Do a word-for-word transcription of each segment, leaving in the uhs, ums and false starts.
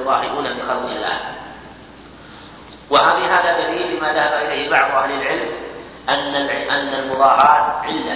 يضاهئون بخلق الله. وهذه هذا دليل لما ذهب إليه بعض أهل العلم أن أن المضاهاة علة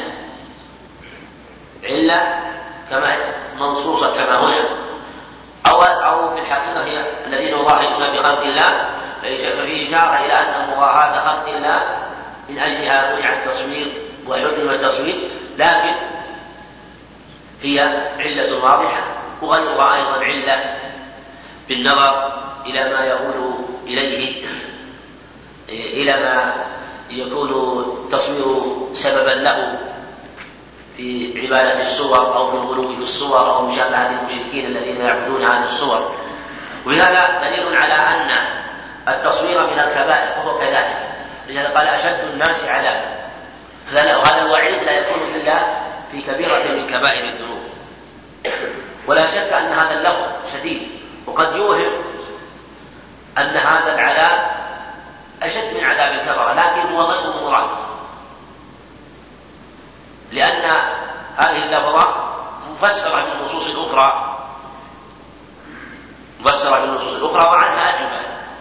علة كما منصوصة كما هنا، أو أو في الحقيقة هي الذين يضاهئون بخلق الله، ففيه إشارة إلى أن مضاهاة خلق الله من أجلها منع التصوير وحرم التصوير، لكن هي علة واضحة، وغيرها أيضا علة بالنظر إلى ما يقول إليه إلى ما يكون تصوير سببا له في عبادة الصور أو في الغلو في الصور أو مشابهة المشركين الذين يعبدون هذه الصور. وهذا دليل على أن التصوير من الكبائر وهو كذلك، لذلك قال أشد الناس عذابا، وهذا الوعيد لا يكون إلا في كبيرة من كبائر الذنوب. ولا شك أن هذا اللفظ شديد، وقد يوهم أن هذا العذاب أشد من عذاب الكفرة، لكن هو غير مراد، لأن هذه اللفظة مفسرة بالنصوص الأخرى مفسرة بالنصوص الأخرى وعنها أجمل،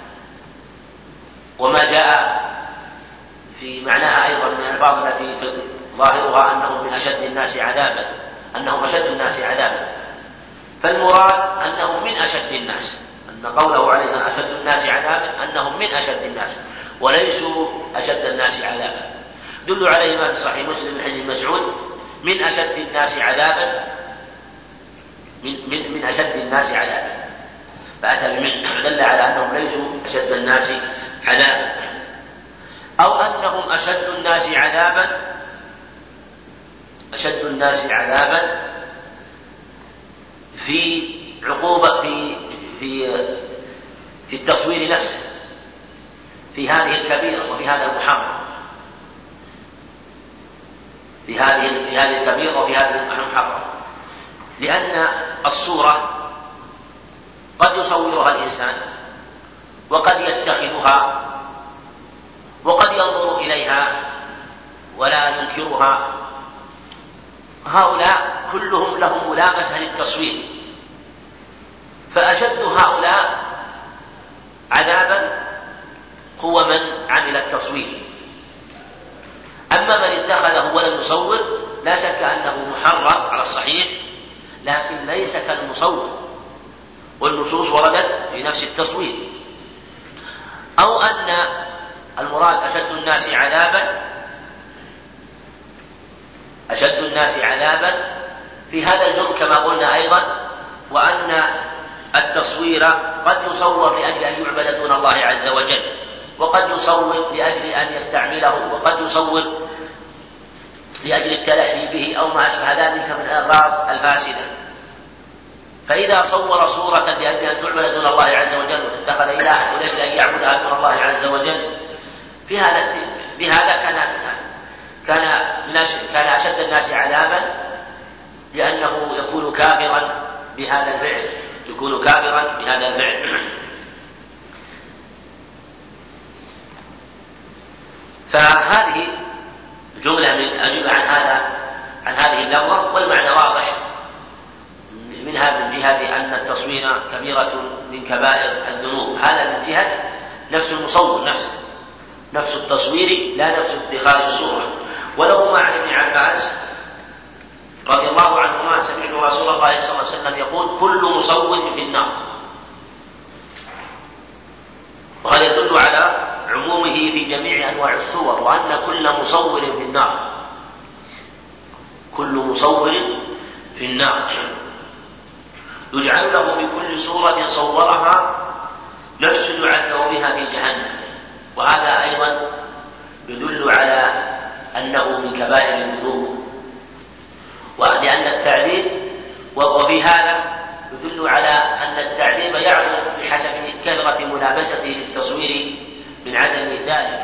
وما جاء في معناها أيضا من الألفاظ التي ظاهرها أنهم من أشد الناس عذابا أنهم أشد الناس عذابا. فالمراد أنهم من أشد الناس، أن قوله عليه الصلاة والسلام أشد الناس عذابا أنهم من أشد الناس وليسوا أشد الناس عذابا. دل عليه ما في صحيح مسلم من حديث مسعود من أشد الناس عذابا من, من, من أشد الناس عذابا، فأتى بمن دل على أنهم ليسوا أشد الناس عذابا، أو أنهم أشد الناس عذابا أشد الناس عذابا في عقوبة في في في التصوير نفسه، في هذه الكبيرة وفي هذا المحرم، في هذه في هذه الكبيرة وفي هذه المحرم، لأن الصورة قد يصورها الإنسان وقد يتخذها وقد ينظر إليها ولا ينكرها. هؤلاء كلهم لهم ملامسة للتصوير، فأشد هؤلاء عذابا هو من عمل التصوير. أما من اتخذه ولم يصور لا شك أنه محرم على الصحيح، لكن ليس كالمصور، والنصوص وردت في نفس التصوير. أو أن المراد أشد الناس عذابا أشد الناس عذابا في هذا الجرم كما قلنا أيضا، وأن التصوير قد يصور لأجل أن يعبد دون الله عز وجل، وقد يصور لأجل أن يستعمله، وقد يصور لأجل التلهي به أو ما أشبه ذلك من الأغراض الفاسدة. فإذا صور صورة لأجل أن تعبد دون الله عز وجل وتتخذ إلها ولأجل أن يعبدها دون الله عز وجل، في هذا بهذا كان كان كان أشد الناس عذابا، لأنه يكون كافرا بهذا الفعل يكون كافرا بهذا الفعل. فهذه جملة من أجوبة عن هذا عن هذه اللفظة، والمعنى واضح منها من جهة أن التصوير كبيرة من كبائر الذنوب، هذا من جهة نفس المصور نفسه نفس التصوير لا نفس اتخاذ الصورة. ولو ما عن ابن عباس رضي الله عنهما سمعت رسول الله صلى الله عليه وسلم يقول كل مصور في النار، وهذا يدل على عمومه في جميع أنواع الصور، وأن كل مصور في النار كل مصور في النار يجعل له بكل صورة صورها نفس يعذب بها في جهنم. وهذا أيضا يدل على أنه من كبائر الذنوب، ولأن التعذيب وفي هذا يدل على أن التعذيب يعظم بحسب كثرة ملابسته للتصوير من عدم ذلك.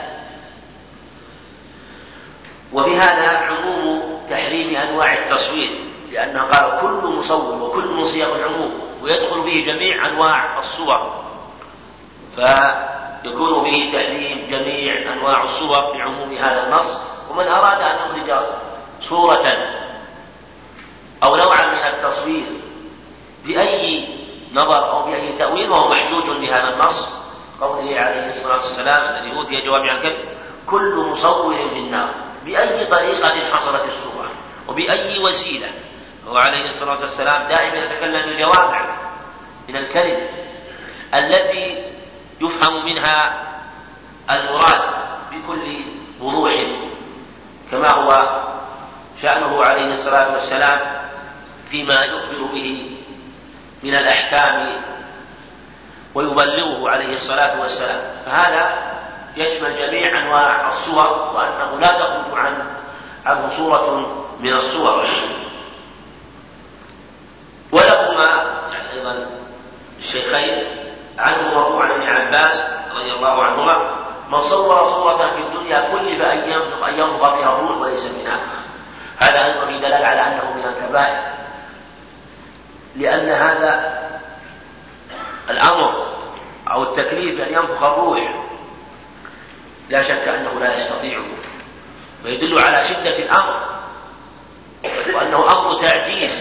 وفي هذا عموم تحريم أنواع التصوير، لأنه قال كل مصور وكل من صيغ العموم، ويدخل فيه جميع أنواع الصور، فيكون به تحريم جميع أنواع الصور بعموم هذا النص. ومن أراد أن يخرج صورة أو نوعا من التصوير بأي نظر أو بأي تأويل، وهو محجوج بهذا النص، قوله عليه الصلاة والسلام الذي أوتي جوامع الكلم: كل مصور في النار، بأي طريقة حصلت الصورة وبأي وسيلة. هو عليه الصلاة والسلام دائما يتكلم بالجوامع من الكلم التي يفهم منها المراد بكل وضوح، كما هو شأنه عليه الصلاة والسلام فيما يخبر به من الأحكام ويبلغه عليه الصلاة والسلام. فهذا يشمل جميع أنواع الصور، وأنه لا تخرج عن عنه صورة من الصور. ولهما يعني أيضا الشيخين عنه مرفوعا عن ابن عباس رضي الله عنهما: من صور صورة في الدنيا كلف أن ينفخ أن ينفخ بها الروح وليس منها. هذا أيضا في دلالة على أنه من الكبائر، لأن هذا الأمر أو التكليف بأن ينفخ الروح لا شك أنه لا يستطيعه، ويدل على شدة الأمر وأنه أمر تعجيز،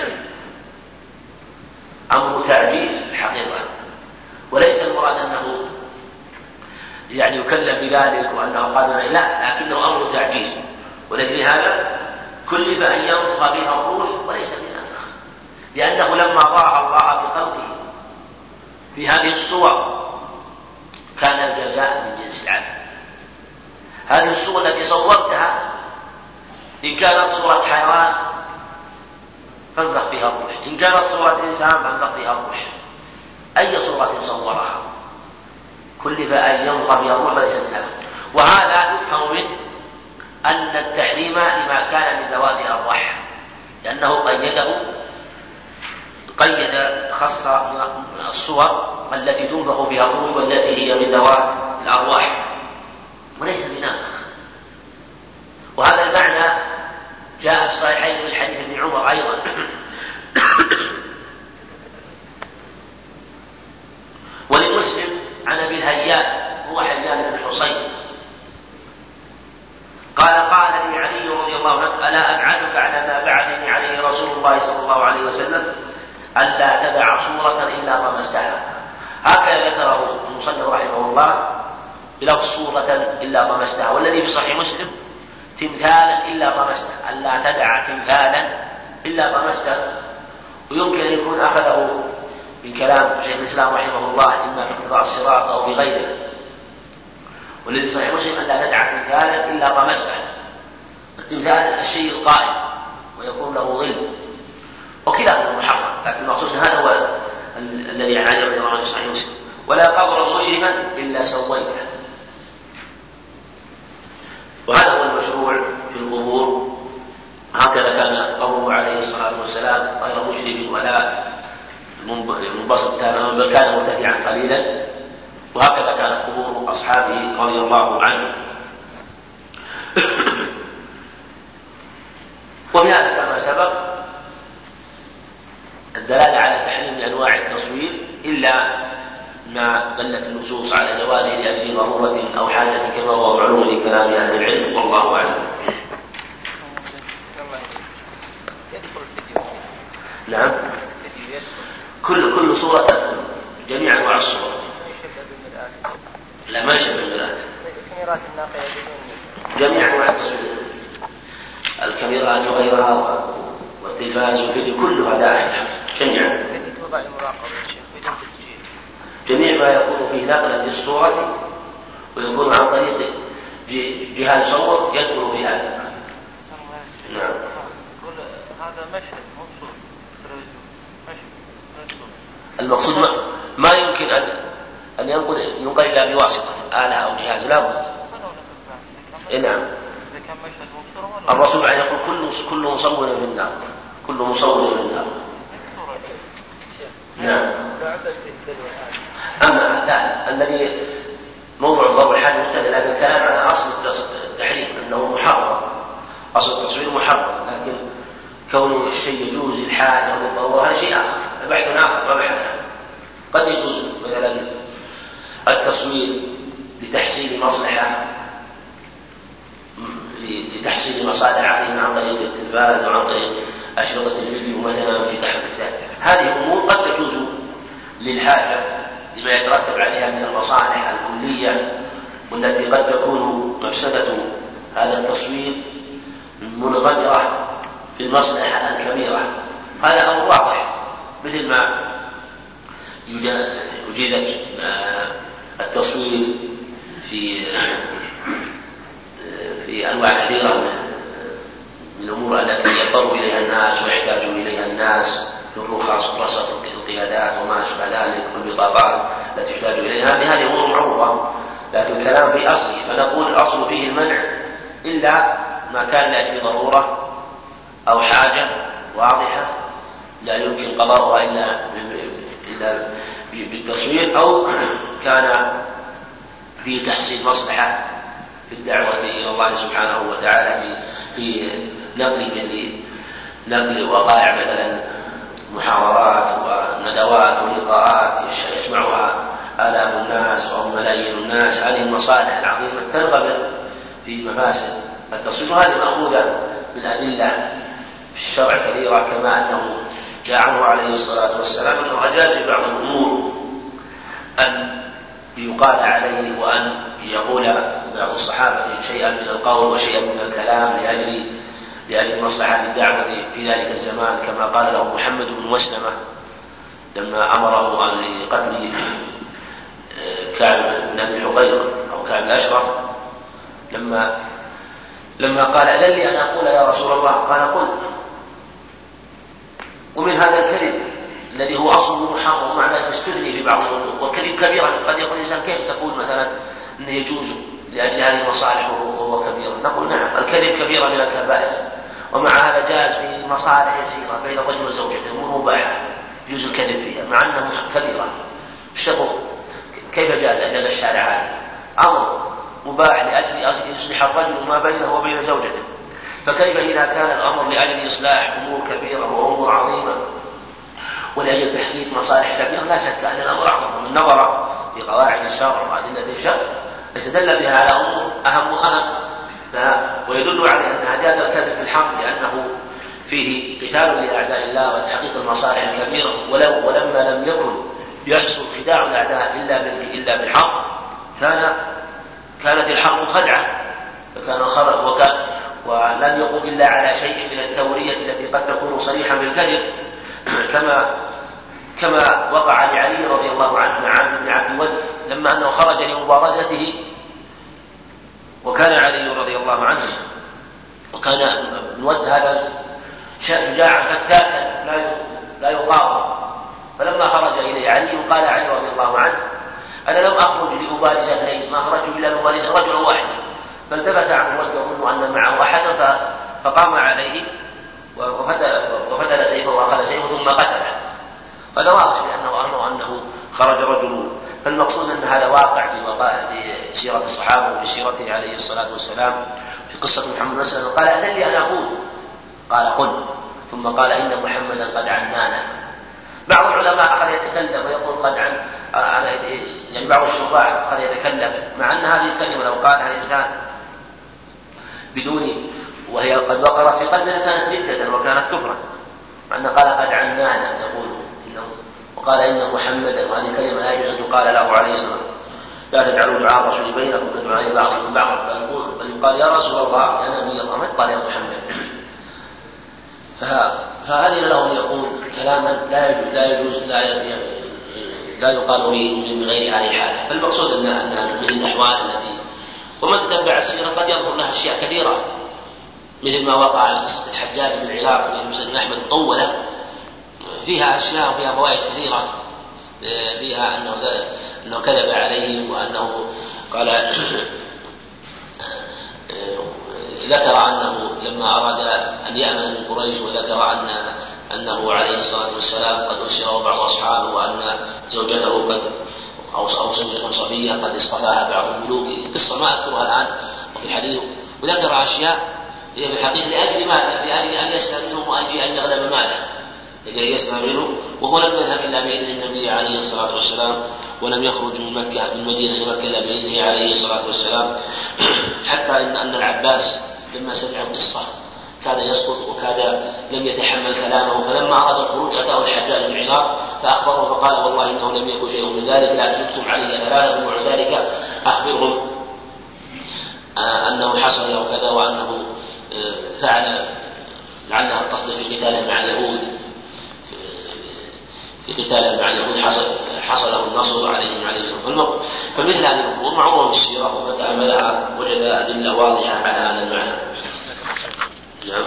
أمر تعجيز الحقيقة، وليس المراد أنه يعني يكلم بذلك وأنه قادر، لا، لكنه أمر تعجيز. ولأجل هذا كلف أن ينفخ بها الروح وليس منها، لأنه لما ضاع الله بخلقه في هذه الصور كان الجزاء من جنس العمل. هذه الصور التي صورتها إن كانت صورة حيوان فانفخ فيها الروح، إن كانت صورة إنسان فانفخ فيها الروح، أي صورة صورها كلف أن ينفخ بها الروح وليس منها. وهذا يفهم منه أن التحريم لما كان من ذوات الأرواح، لأنه قيده قيد خص الصور التي تنفخ بها الروح والتي هي من ذوات الأرواح وليس منها. وهذا المعنى جاء في الصحيحين من حديث ابن عمر أيضا ولمسلم عن أبي الهيان هو حيان بن حصين قال: قال لي علي رضي الله عنه: ألا أبعدك على ما بعثني عليه رسول الله صلى الله عليه وسلم ألا تدع صورة إلا طمستها. هكذا ذكره المصنف رحمه الله بلفظ صورة إلا طمستها، والذي في صحيح مسلم تمثالا إلا طمسته، ألا تدع تمثالا إلا طمسته. ويمكن أن يكون أخذه من كلام شيخ الإسلام رحمه الله إما في اقتضاء الصراط أو في غيره، والذي صحيح مسلم ألا تدع تمثالا إلا طمسته. التمثال الشيء القائم ويكون له ظل، وكلاهما محرم، لكن المقصود هذا هو الذي عن علي رضي الله عنه في صحيح مسلم: ولا قبر مشرفا إلا سويته. وهذا هو المشروع في القبور، هكذا كان قوله عليه الصلاة والسلام: غير مشرف ولا منبسط تماما بل كان مرتفعا قليلا. وهكذا كانت قبور أصحابه رضي الله عنهم. وبهذا كما سبق الدلالة على تحريم أنواع التصوير إلا ما دلت النصوص على جوازه لأجل ضرورة أو حاجة كما هو معلوم لكلام أهل العلم، والله أعلم. نعم، كل كل صورة تدخل، جميع أنواع الصور. لا، ما يشبه المرآة. جميع أنواع التصوير، الكاميرات وغيرها والتلفاز والفيديو كلها داخلة جميعا. جميع ما يكون فيه نقلا للصورة ويكون عن طريق جهاز صور يدخل في هذا. نعم. هذا مشهد المقصود ما, ما يمكن أن أن ينقل ينقل إلا بواسطة آلة أو جهاز، لا بد. نعم. الرسول عليه يقول: كل كل مصور في النار، كل مصور في النار. نعم. أما لا، الذي موضوع ضرب الحد مختلف، لكن الكلام عن أصل التحريم أنه محرم، أصل التصوير محرم، لكن كون الشيء يجوز الحاجة والضرورة هذا شيء آخر، بحث آخر وبحث. قد يجوز مثلا التصوير لتحصيل مصلحة، لتحصيل مصالح عظيمة عن طريق التلفاز وعن طريق أشرطة الفيديو مثلا في تحت هذه أمور قد تجوز للحاجة لما يترتب عليها من المصالح الكلية والتي قد تكون مفسدة هذا التصوير منغمرة في المصلحة الكبيرة. هذا أمر واضح، مثل ما يجيز التصوير في في أنواع كثيرة من الأمور التي يضطر إليها الناس ويحتاج إليها الناس في الرخص ورصد القيادات وما أشبه ذلك والبطاقات التي يحتاج إليها. هذه أمور معروفة، لكن الكلام في أصله، فنقول الأصل فيه المنع إلا ما كان لأجل ضرورة أو حاجة واضحة لا يمكن قضاؤها إلا إلا بالتصوير، أو كان في تحصيل مصلحة في الدعوة إلى الله سبحانه وتعالى في في نقل مثل نقل وقائع مثلا محاضرات وندوات ولقاءات يسمعها آلاف الناس أو ملايين الناس. هذه المصالح العظيمة تنغمر في مفاسد التصوير، وهذه مأخوذة من أدلة في الشرع كثيرة، كما أنه جاء عنه عليه الصلاة والسلام أنه أجاز في بعض الأمور أن يقال عليه وأن يقول بعض الصحابة شيئا من القول وشيئا من الكلام لأجل لأجل مصلحة الدعوة في ذلك الزمان، كما قال له محمد بن مسلمة لما أمره أن لقتل كعب بن أبي حقيق أو كعب الأشرف، لما لما قال أذن لي أن أقول يا رسول الله، قال قل. ومن هذا الكذب الذي هو أصله محرم مع ذلك استثني في بعض الأمور، وكذب كبيرا. قد يقول الإنسان كيف تقول مثلا أنه يجوز لأجل هذه المصالح وهو كبير؟ نقول نعم، الكذب كبيرة من الكبائر، ومع هذا جاز في مصالح يسيرة بين الرجل وزوجته أمور مباحة يجوز الكذب فيها مع أنها كبيرة. الشغل كيف جاز؟ أجاز الشارع هذا أمر مباح لأجل يصلح الرجل ما بينه وبين زوجته، فكيف إذا كان الأمر لأجل إصلاح أمور كبيرة وأمور عظيمة ولأجل تحقيق مصالح كبيرة؟ لا شك أن الأمر أعظم. من نظر في قواعد الشرع وأدلة الشرع استدل بها على أمور أهم وأهم، ويدل على أنها جاز الكذب في الحق لأنه فيه قتال لأعداء الله وتحقيق المصالح الكبيرة. ولو ولما لم يكن يحصل خداع الأعداء إلا إلا بالحق كان كانت الحق خدعة، فكان خرج وكان ولم يقم إلا على شيء من التورية التي قد تكون صريحا بالكذب، كما كما وقع لعلي رضي الله عنه مع عامر بن عبد الود لما أنه خرج لمبارزته، وكان علي رضي الله عنه وكان ابن ود هذا شجاعا فتاكا لا يقاوم، فلما خرج إليه علي قال علي رضي الله عنه أنا لم أخرج لأبارز اثنين، ما خرجت إلا لأبارز رجلا واحدا. فالتفت عنه ود يظن أن معه أحدا فقام عليه وفتل سيفه وأخذ سيفه ثم قتله. هذا واضح لأنه أمر أنه خرج رجل. فالمقصود أن هذا واقع في في سيرة الصحابة وفي سيرته عليه الصلاة والسلام في قصة محمد صلى الله عليه وسلم. قال أذن لي أن أقول، قال قل، ثم قال إن محمدا قد عنانا. بعض العلماء أخذ يتكلم ويقول قد عن يعني بعض الشراح أخذ يتكلم مع أن هذه الكلمة لو قالها الإنسان بدون وهي قد وقرت في قلبه كانت ردة وكانت كفرا، مع أن قال قد عنانا يقول إنه وقال إن محمدا، وهذه كلمة لا يجوز أن تقال له عليه الصلاة لا تجعلوا دعاء الرسول بينكم كدعاء بعضكم بعضا، بل قال يا رسول الله يا نبي الله، ما قال يا محمد. فهذه له يقول كلاما لا يجوز لا يجوز لا, لا يقال به من غير هذه الحالة. فالمقصود أن أن من الأحوال التي ومن تتبع السيرة قد يظهر لها أشياء كثيرة، مثل ما وقع على قصة الحجاج بن العراق في مسند أحمد طولة، فيها أشياء وفيها فوائد كثيرة، فيها أنه أنه كذب عليهم، وأنه قال ذكر أنه لما أراد أن يأمن من قريش، وذكر أن أنه عليه الصلاة والسلام قد أسر بعض أصحابه، وأن زوجته قد أو زوجة صفية قد اصطفاها بعض الملوك. قصة ما أذكرها الآن وفي الحديث، وذكر أشياء هي في الحقيقة لأجل ماذا؟ لأجل أن يسلم منه وأجل أن يغلب ماله، لكي يسلم منه، وهو لم يذهب إلا بإذن النبي عليه الصلاة والسلام، ولم يخرج من مكة من المدينة لمكة إلا بإذنه عليه الصلاة والسلام. حتى إن, أن العباس لما سمع القصة كاد يسقط وكاد لم يتحمل كلامه، فلما أراد الخروج أتاه الحجاج بن علاط فأخبره فقال والله إنه لم يكن شيء من ذلك لكن اكتب علي ثلاثة ومع ذلك أخبرهم أنه حصل له كذا وأنه فعل لعلها القصد في قتاله مع اليهود في قتاله مع اليهود حصل حصله النصر عليهم عليه الصلاة والسلام. فمثل هذه الأمور معروفة بالسيرة ومن تأملها وجد أدلة واضحة على هذا المعنى. نعم.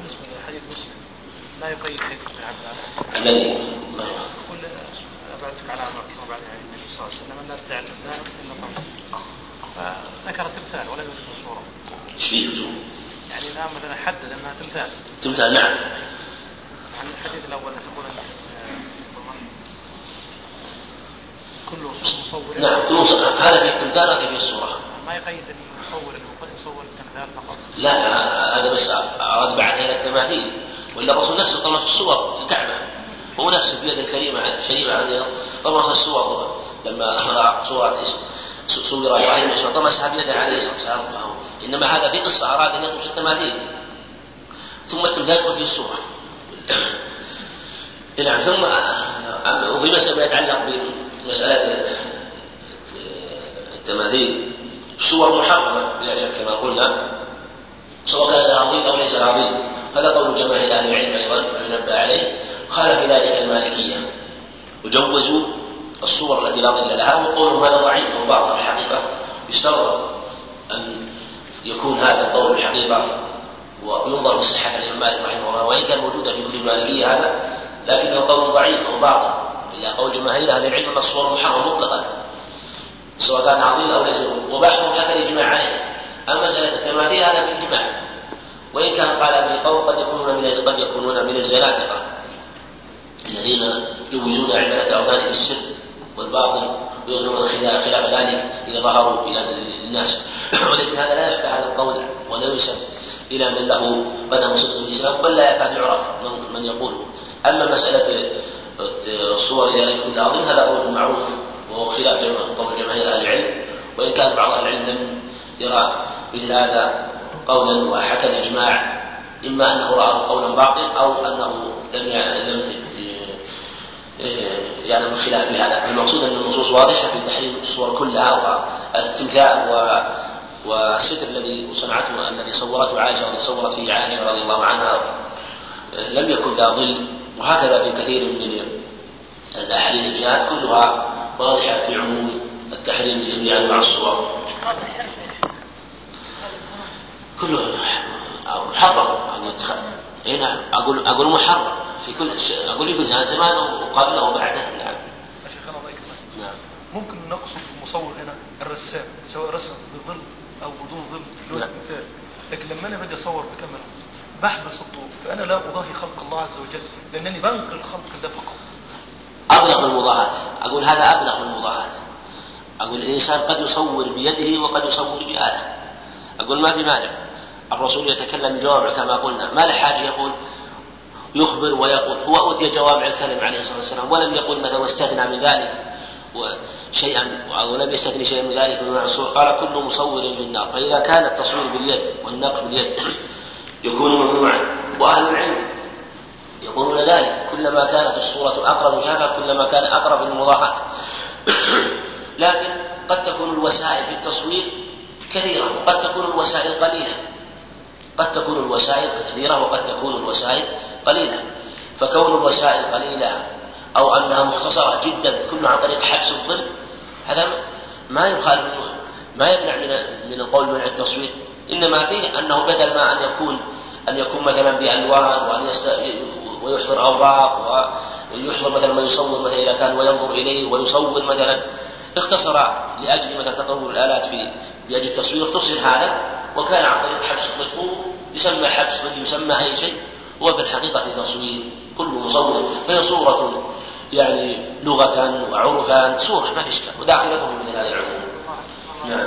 لا يقيد حديث ابن عباس الذي يقول أبعدك على عمر وبعد النبي صلى الله عليه وسلم أن نرجع التمثال إلا طمس، فذكر التمثال ولم يذكر الصورة. ايش فيه وجوه؟ يعني الآن مثلا حدد أنها تمثال. تمثال نعم. عن الحديث الأول تقول كله مصور. نعم كله مصور. هذا في التمثال هذا في الصورة. ما يقيد المصور اللي يصور التمثال فقط. لا هذا بس أراد بعد إلى التماثيل، وإلا الرسول نفسه طمس الصور في الكعبة، هو نفسه في يد الكريمة الشريفة عنده طمس الصور لما رأى صورة صور إبراهيم طمسها في يده عليه الصلاة والسلام. إنما هذا في قصة أراد أن يطمس التماثيل ثم التمثال يدخل فيه الصورة. نعم. ثم وفي مسألة يتعلق بمسألة التماثيل الصور محرمة بلا شك كما قلنا، سواء كان عظيم أو ليس عظيم. هذا قول جماهير أهل العلم أيضا ينبه عليه. خالف ذلك المالكية وجوزوا الصور التي لا ظل لها، وقولهم هذا ضعيف وباطل الحقيقة. يستغرب أن يكون هذا القول الحقيقة وينظر في صحة الإمام مالك رحمه الله، وإن كان موجودا في كتب المالكية هذا، لكنه قول ضعيف وباطل. إلا قول جماهير أهل العلم أن الصور محرمة مطلقا سواء كان عظيم أو ليس، وبعضهم حكى الإجماع عليه. أما مسألة التماثيل هذا بالإجماع، وإن كان قال به قوم قد يكونون من قد يكونون من الزنادقة الذين يجوزون عبادة الأوثان في السر والباطل ويظهرون خلاف ذلك إذا ظهروا إلى الناس. ولكن هذا لا يخفى هذا القول ولا ينسب إلى من له قدم صدق الإسلام، بل لا يكاد يعرف من يقول. أما مسألة الصور إلى غير كل عظيم هذا قول معروف وهو خلاف قول جماهير أهل العلم، وإن كان بعض أهل العلم لم يرى مثل هذا قولا وحكى الإجماع، إما أنه رآه قولا باطل أو أنه لم يعلم الخلاف في هذا. المقصود أن النصوص واضحة في تحريم الصور كلها، والتمثال والستر الذي صنعته الذي صورته عائشة والذي صورت فيه عائشة رضي الله عنها لم يكن ذا ظل. وهكذا في كثير من الأحاديث الجهات كلها واضحة في عموم التحريم جميعا مع الصور. كله محرم. هنا أقول أقول محرم في كل شيء، أقول في كل زمان وقبله وبعده. نعم. نعم. ممكن نقصد المصور هنا الرسام سواء رسم بظل أو بدون ظل لون المثال، لكن لما أنا بدي أصور بكاميرا بحبس الضوء، فأنا لا أضاهي خلق الله عز وجل لأنني بنقل الخلق ده فقط. أبلغ المضاهاة. أقول هذا أبلغ المضاهاة. أقول الإنسان قد يصور بيده وقد يصور بآلة. أقول ما في مانع. الرسول يتكلم بجوامع كما قلنا، ما له حاجة يقول يخبر ويقول. هو أوتي جوامع الكلم عليه الصلاة والسلام ولم يقول مثلا واستثنى من ذلك شيئا ولم يستثني شيئا من ذلك من الصور. قال كل مصور في النار. فإذا كان التصوير باليد والنقش باليد يكون ممنوعا، وأهل العلم يقولون ذلك كلما كانت الصورة أقرب شافها كلما كان أقرب للمضاهاة. لكن قد تكون الوسائل في التصوير كثيرة وقد تكون الوسائل قليلة، قد تكون الوسائل كثيرة وقد تكون الوسائل قليلة. فكون الوسائل قليلة أو أنها مختصرة جدا كلها عن طريق حبس الظل هذا ما يخالف ما يمنع من من القول منع التصوير، إنما فيه أنه بدل ما أن يكون أن يكون مثلا بألوان وأن يست... ويحضر أوراق ويحضر مثلا ما يصور مثلا إذا كان وينظر إليه ويصور مثلا، اختصر لأجل مثلا تطور الآلات في لأجل التصوير اختصر هذا وكان عن طريق حبس الظل. يسمى حبس الظل يسمى أي شيء، هو في الحقيقة تصوير كل مصور، فهي صورة يعني لغة وعرفا صورة ما في إشكال وداخلته في مثل هذه العموم. نعم.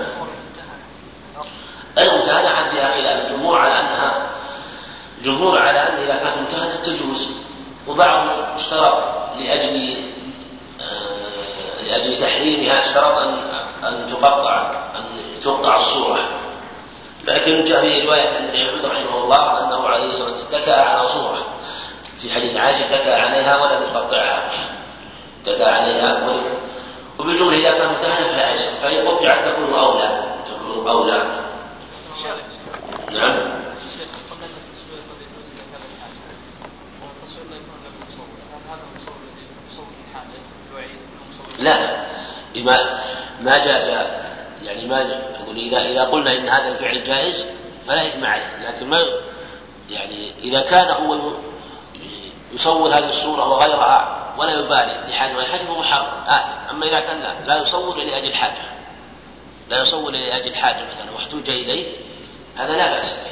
الممتهنة عن فيها خلاف الجمهور على أنها جمهور على أن إذا كانت ممتهنة تجوز، وبعضهم اشترط لأجل آه لأجل تحريمها اشترط أن أن تقطع أن تقطع الصورة لكن جاء في رواية عند ابن رحمه الله أنه عليه الصلاة والسلام اتكأ على صورة في حديث عائشة، اتكأ عليها ولم يقطعها، اتكأ عليها. وبالجملة إذا كان متهنا فلا يجوز، فإن قطعت تكون أولى، تكون أولى. نعم. لا ما ما جاز، يعني ما يقول إذا إذا قلنا إن هذا الفعل جائز فلا إثم عليه، لكن ما يعني إذا كان هو يصور هذه الصورة وغيرها ولا يبالي لحاجة ولا حاجة فهو محرم آثم. أما إذا كان لا, لا يصور لأجل حاجة، لا يصور لأجل حاجة مثلا واحتوج إليه، هذا لا بأس به.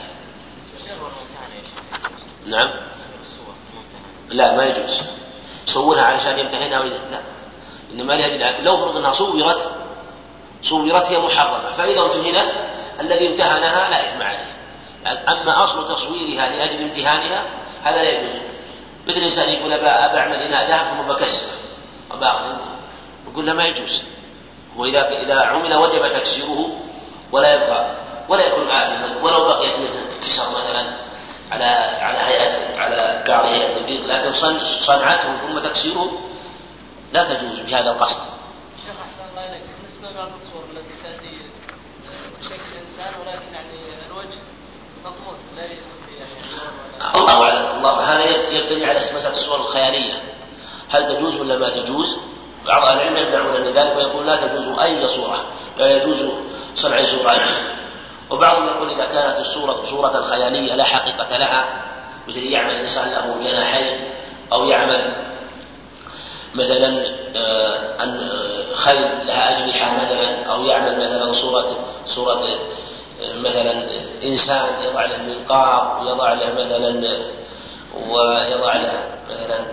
نعم. لا ما يجوز صورها علشان يمتهنها وي... لا، إنما لأجل الأكل. لو فرض أنها صورت صورت هي محرمة، فإذا امتهنت الذي امتهنها لا إثم عليه. أما أصل تصويرها لأجل امتهانها هذا لا يجوز. مثل الإنسان يقول أبا أعمل إناء ذهب ثم بكسر أبا أخذ، يقول له ما يجوز. وإذا إذا عمل وجب تكسيره ولا يبقى ولا يكون آثما، ولو بقيت منه كسر مثلا على على هيئة على بعض هيئة البيض، لكن صنعته ثم تكسيره لا تجوز بهذا القصد. شيخ أحسن الله إليك، بالنسبة لبعض الصور التي تأتي بشكل إنسان ولكن يعني الوجه مطموس لا يستطيع، الله أعلم. الله هذا يبتني على مسألة الصور الخيالية، هل تجوز ولا ما تجوز؟ بعض أهل العلم يمنعون من ذلك ويقول لا تجوز أي صورة، لا يجوز صنع صورة. وبعضهم يقول إذا كانت الصورة صورة خيالية لا حقيقة لها، مثل يعمل إنسان له جناحين أو يعمل مثلا أن خيل لها أجنحة مثلا، أو يعمل مثلا صورة صورة مثلا إنسان يضع له منقار ويضع له مثلا ويضع له مثلا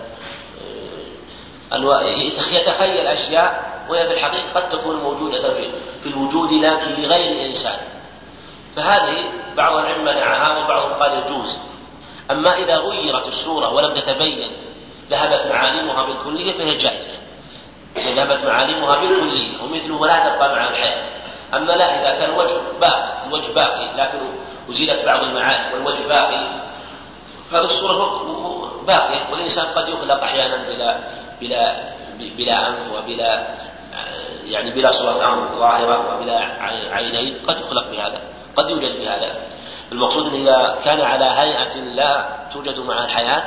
يتخيل أشياء وهي في الحقيقة قد تكون موجودة في الوجود لكن لغير إنسان، فهذه بعض العلم منعها وبعضهم قال يجوز. أما إذا غيرت الصورة ولم تتبين ذهبت معالمها بالكلية فهي جائزة، ذهبت معالمها بالكلية ومثله لا تبقى مع الحياة. أما لا، إذا كان الوجه باقي الوجه باقي لكن أزيلت بعض المعالم والوجه باقي، هذه الصورة باقية. والإنسان قد يخلق أحيانا بلا بلا بلا أنف وبلا يعني بلا صورة أنف ظاهرة وبلا عينين، قد يخلق بهذا، قد يوجد بهذا. المقصود أن إذا كان على هيئة لا توجد مع الحياة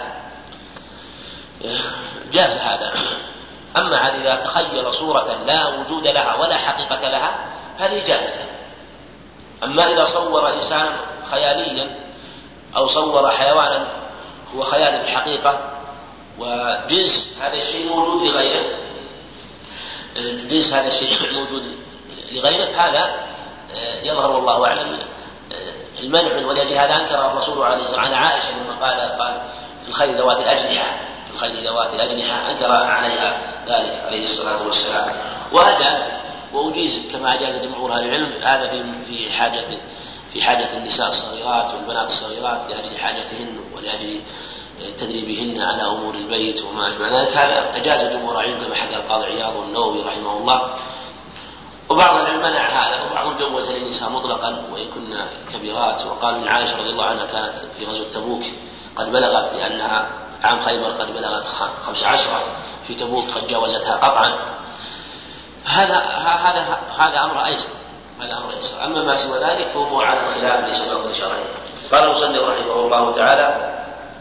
جاز هذا. أما إذا تخيل صورة لا وجود لها ولا حقيقة لها هذه جائزة. أما إذا صور إنسان خياليا أو صور حيوانا هو خيال بالحقيقة وجنس هذا الشيء موجود لغيره، جنس هذا الشيء موجود لغيره، هذا يظهر والله أعلم المنع. ولأجل هذا أنكر الرسول عليه الصلاة والسلام على عائشة لما قال قال في الخيل ذوات الأجنحة في الخيل ذوات الأجنحة أنكر عليها ذلك عليه الصلاة والسلام. وأجاز وأجيز كما أجاز جمهور أهل العلم هذا في في حاجة في حاجة النساء الصغيرات والبنات الصغيرات لأجل حاجتهن ولأجل تدريبهن على أمور البيت وما أشبه ذلك، هذا أجاز جمهور العلم كما حكى القاضي عياض والنووي رحمه الله. وبعض العلم منع هذا، وبعضهم جوز للنساء مطلقا وإن كنا كبيرات. وقال من عائشة رضي الله عنها كانت في غزوة تبوك قد بلغت، لأنها عام خيبر قد بلغت خمس عشرة، في تبوك قد جاوزتها قطعا. هذا هذا هذا أمر أيسر، هذا أمر أيسر. أما ما سوى ذلك فهو على الخلاف ليس له شرعي. قال المصنف رحمه الله تعالى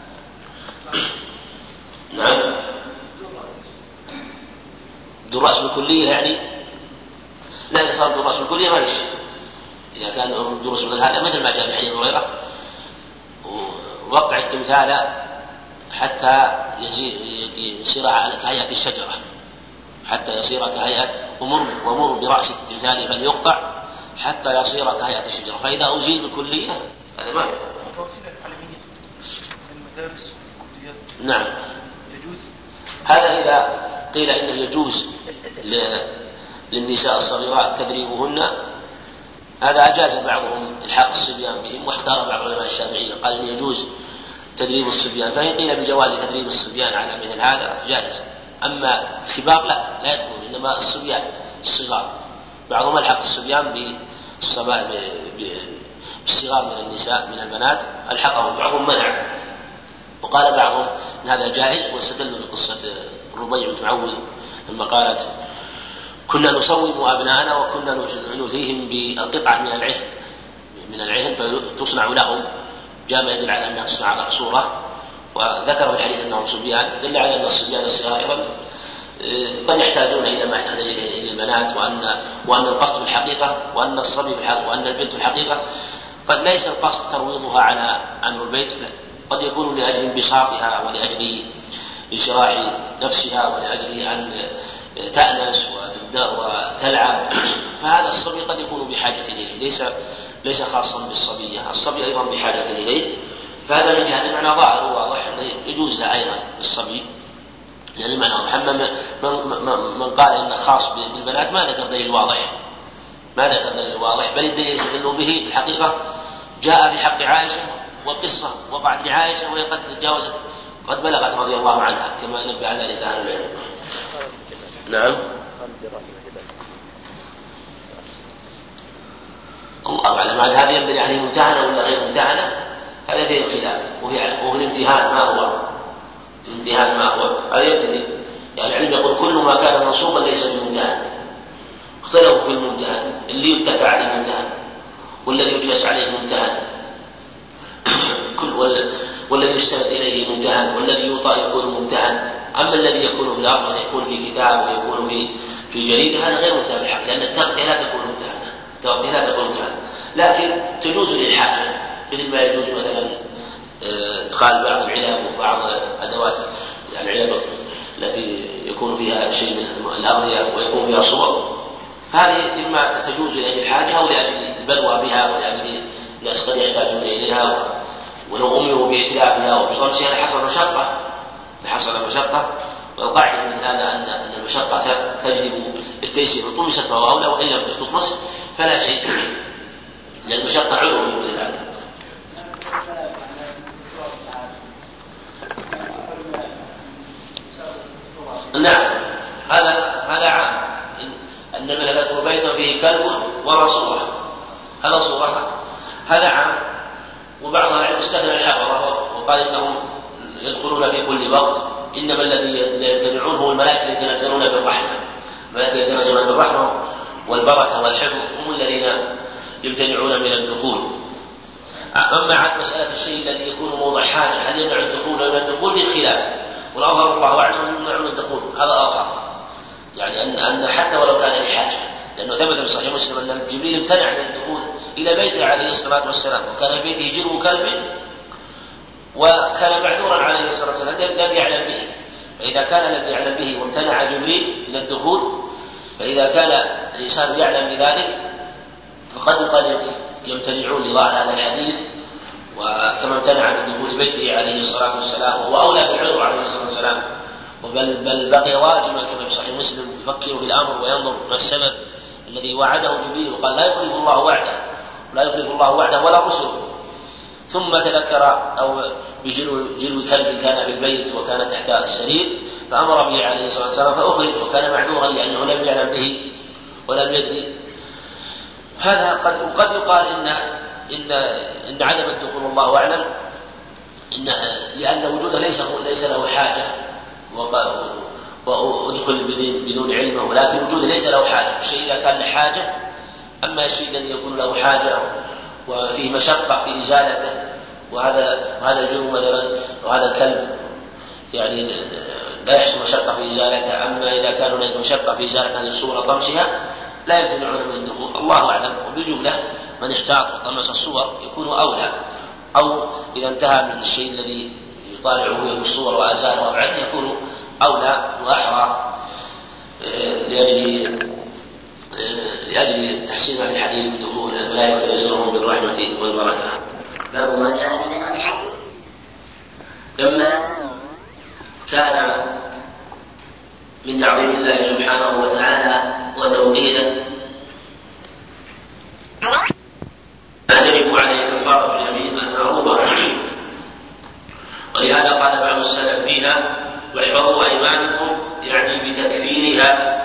نعم دراس بالكلية، يعني لا يصار دراس بالكلية ما يشي. إذا كان دروس من هذا مثل ما جاء في حديث أبي هريرة وقطع التمثال حتى يصير كهيئة الشجرة، حتى يصير كهيئة ومر ومر برأس التمثال فليقطع حتى يصير كهيئة الشجرة، فإذا أزيل بالكلية هذا ما نعم يجوز. هذا إذا قيل إنه يجوز للنساء الصغيرات تدريبهن، هذا أجاز بعضهم إلحاق الصبيان بهم، واختار بعض علماء الشافعية قال إنه يجوز تدريب الصبيان، فإن قيل بجواز تدريب الصبيان على مثل هذا جائز. أما الكبار لا لا يدخلون، إنما الصبيان الصغار. بعضهم ألحق الصبيان الصغار من النساء من البنات ألحقهم، بعضهم منع، وقال بعضهم إن هذا جائز، واستدلوا بقصة الربيع بنت معوذ لما قالت كنا نصوم أبناءنا وكنا نثيهم بالقطعة من العهن من العهن فتصنع لهم، جاء ما يدل على أنها تصنع صورة، وذكر في الحديث أنهم صبيان، دل على أن الصبيان الصغار أيضا قد يحتاجون إلى ما يحتاج إليه البنات، وأن وأن القصد في الحقيقة وأن الصبي في الحقيقة وأن البنت في الحقيقة قد ليس القصد ترويضها على أمر البيت، قد يكون لأجل انبساطها ولأجل انشراح نفسها ولأجل أن تأنس وتلعب، فهذا الصبي قد يكون بحاجة إليه، ليس ليس خاصا بالصبية، الصبي أيضا بحاجة إليه، فهذا من جهة المعنى ظاهر وواضح يجوز له أيضا الصبي، يعني المعنى واضح. من, من, من قال إنه خاص بالبنات ما ذكر دليل واضح، ما ذكر دليل واضح، بل الدليل يستدل به في الحقيقة جاء في حق عائشة، وقصة وقعت لعائشة وهي قد تجاوزت قد بلغت رضي الله عنها كما نبه على ذلك أهل العلم. نعم. الله أعلم، هذا ينبغي عليه ممتهنة ولا غير ممتهنة، هذا فيه خلاف، وفي الامتهان ما هو الامتهان ما هو هذا يبتدي، يعني العلم يقول كل ما كان منصوبا ليس بممتهن، اختلفوا في الممتهن، اللي يتكى عليه ممتهن والذي يجلس عليه ممتهن كل والذي يستند إليه ممتهن والذي يوطى يكون ممتهن، أما الذي يكون في الأرض يكون في كتاب ويكون في في جريدة هذا غير ممتهن بالحق، لأن التغطية لا تكون ممتهنة، التغطية لا تكون ممتهنة، لكن تجوز للحاجة، مثل ما يجوز مثلا ادخال بعض العلب وبعض أدوات العلب التي يكون فيها شيء من الأغذية ويكون فيها صور، هذه إما تجوز لأجل الحاجة أو لأجل البلوى بها ولأجل الناس قد يحتاجون إليها، ولو أمروا بإتلافها وبغمسها لحصل مشقة لحصل مشقة والقاعدة من هذا أن المشقة تجلب التيسير، طمست فهو أولى، وإن لم تطمس فلا شيء، لأن المشقة عذر من العالم. نعم، هذا هذا عام، أن ملكته بيتا فيه كلب ولا صورة، هذا صورة، هذا عام، وبعضها استثنى الحفظة وقال إنهم يدخلون في كل وقت، إنما الذي يتبعون هم الملائكة الذين يتنزلون بالرحمة، الملائكة يتنزلون بالرحمة والبركة والحفظ هم الذين يمتنعون من الدخول. أما عن مسألة الشيء الذي يكون موضع حاجة هل يمنع الدخول ولا الدخول في خلاف، والأظهر الله أعلم يمنعون الدخول، هذا أظهر، يعني أن أن حتى ولو كان لحاجة، لأنه ثبت في صحيح مسلم أن جبريل امتنع من الدخول إلى بيته عليه الصلاة والسلام، وكان في بيته جرو كلب وكان معذورا عليه الصلاة والسلام لم يعلم به، فإذا كان لم يعلم به وامتنع جبريل من الدخول، فإذا كان الإنسان يعلم بذلك فقد قد يمتنعون لظاهر هذا الحديث، وكما امتنع من دخول بيته عليه الصلاة والسلام وهو أولى بالعذر عليه الصلاة والسلام، بل, بل بقي واجبا كما في صحيح مسلم يفكر في الأمر وينظر ما السبب الذي وعده جبريل وقال لا يخلف الله وعده لا يخلف الله وعده ولا رسله، ثم تذكر أو بجلو جلو كلب كان في البيت وكان تحت السرير فأمر به عليه الصلاة والسلام فأخرج، وكان معذورا لأنه لم يعلم به ولم يدري. هذا قد قد يقال إن إن إن عدم الدخول الله أعلم إن لأن وجوده ليس ليس له حاجة وأدخل بدون علمه، ولكن وجوده ليس له حاجة، الشيء إذا كان له حاجة، أما الشيء الذي يكون له حاجة وفيه مشقة في إزالته، وهذا وهذا الجرم مثلا وهذا الكلب يعني لا يحصل مشقة في إزالته، أما إذا كان هناك مشقة في إزالة هذه الصورة طمسها لا يمتنعون من الدخول، الله أعلم. وبالجملة من احتاط وطمس الصور يكون أولى، أو إذا انتهى من الشيء الذي يطالعه في الصور وأزاله وأبعده يكون أولى وأحرى لأجل لأجل تحسين هذا الحديث بدخول الملائكة ينزلهم بالرحمة والبركة. باب ما جاء في الحج لما كان من تعظيم الله سبحانه وتعالى وتوحيده يجب عليه كفارة اليمين المعروضة، ولهذا قال بعض السلف فيها واحفظوا أيمانكم يعني بتكفيرها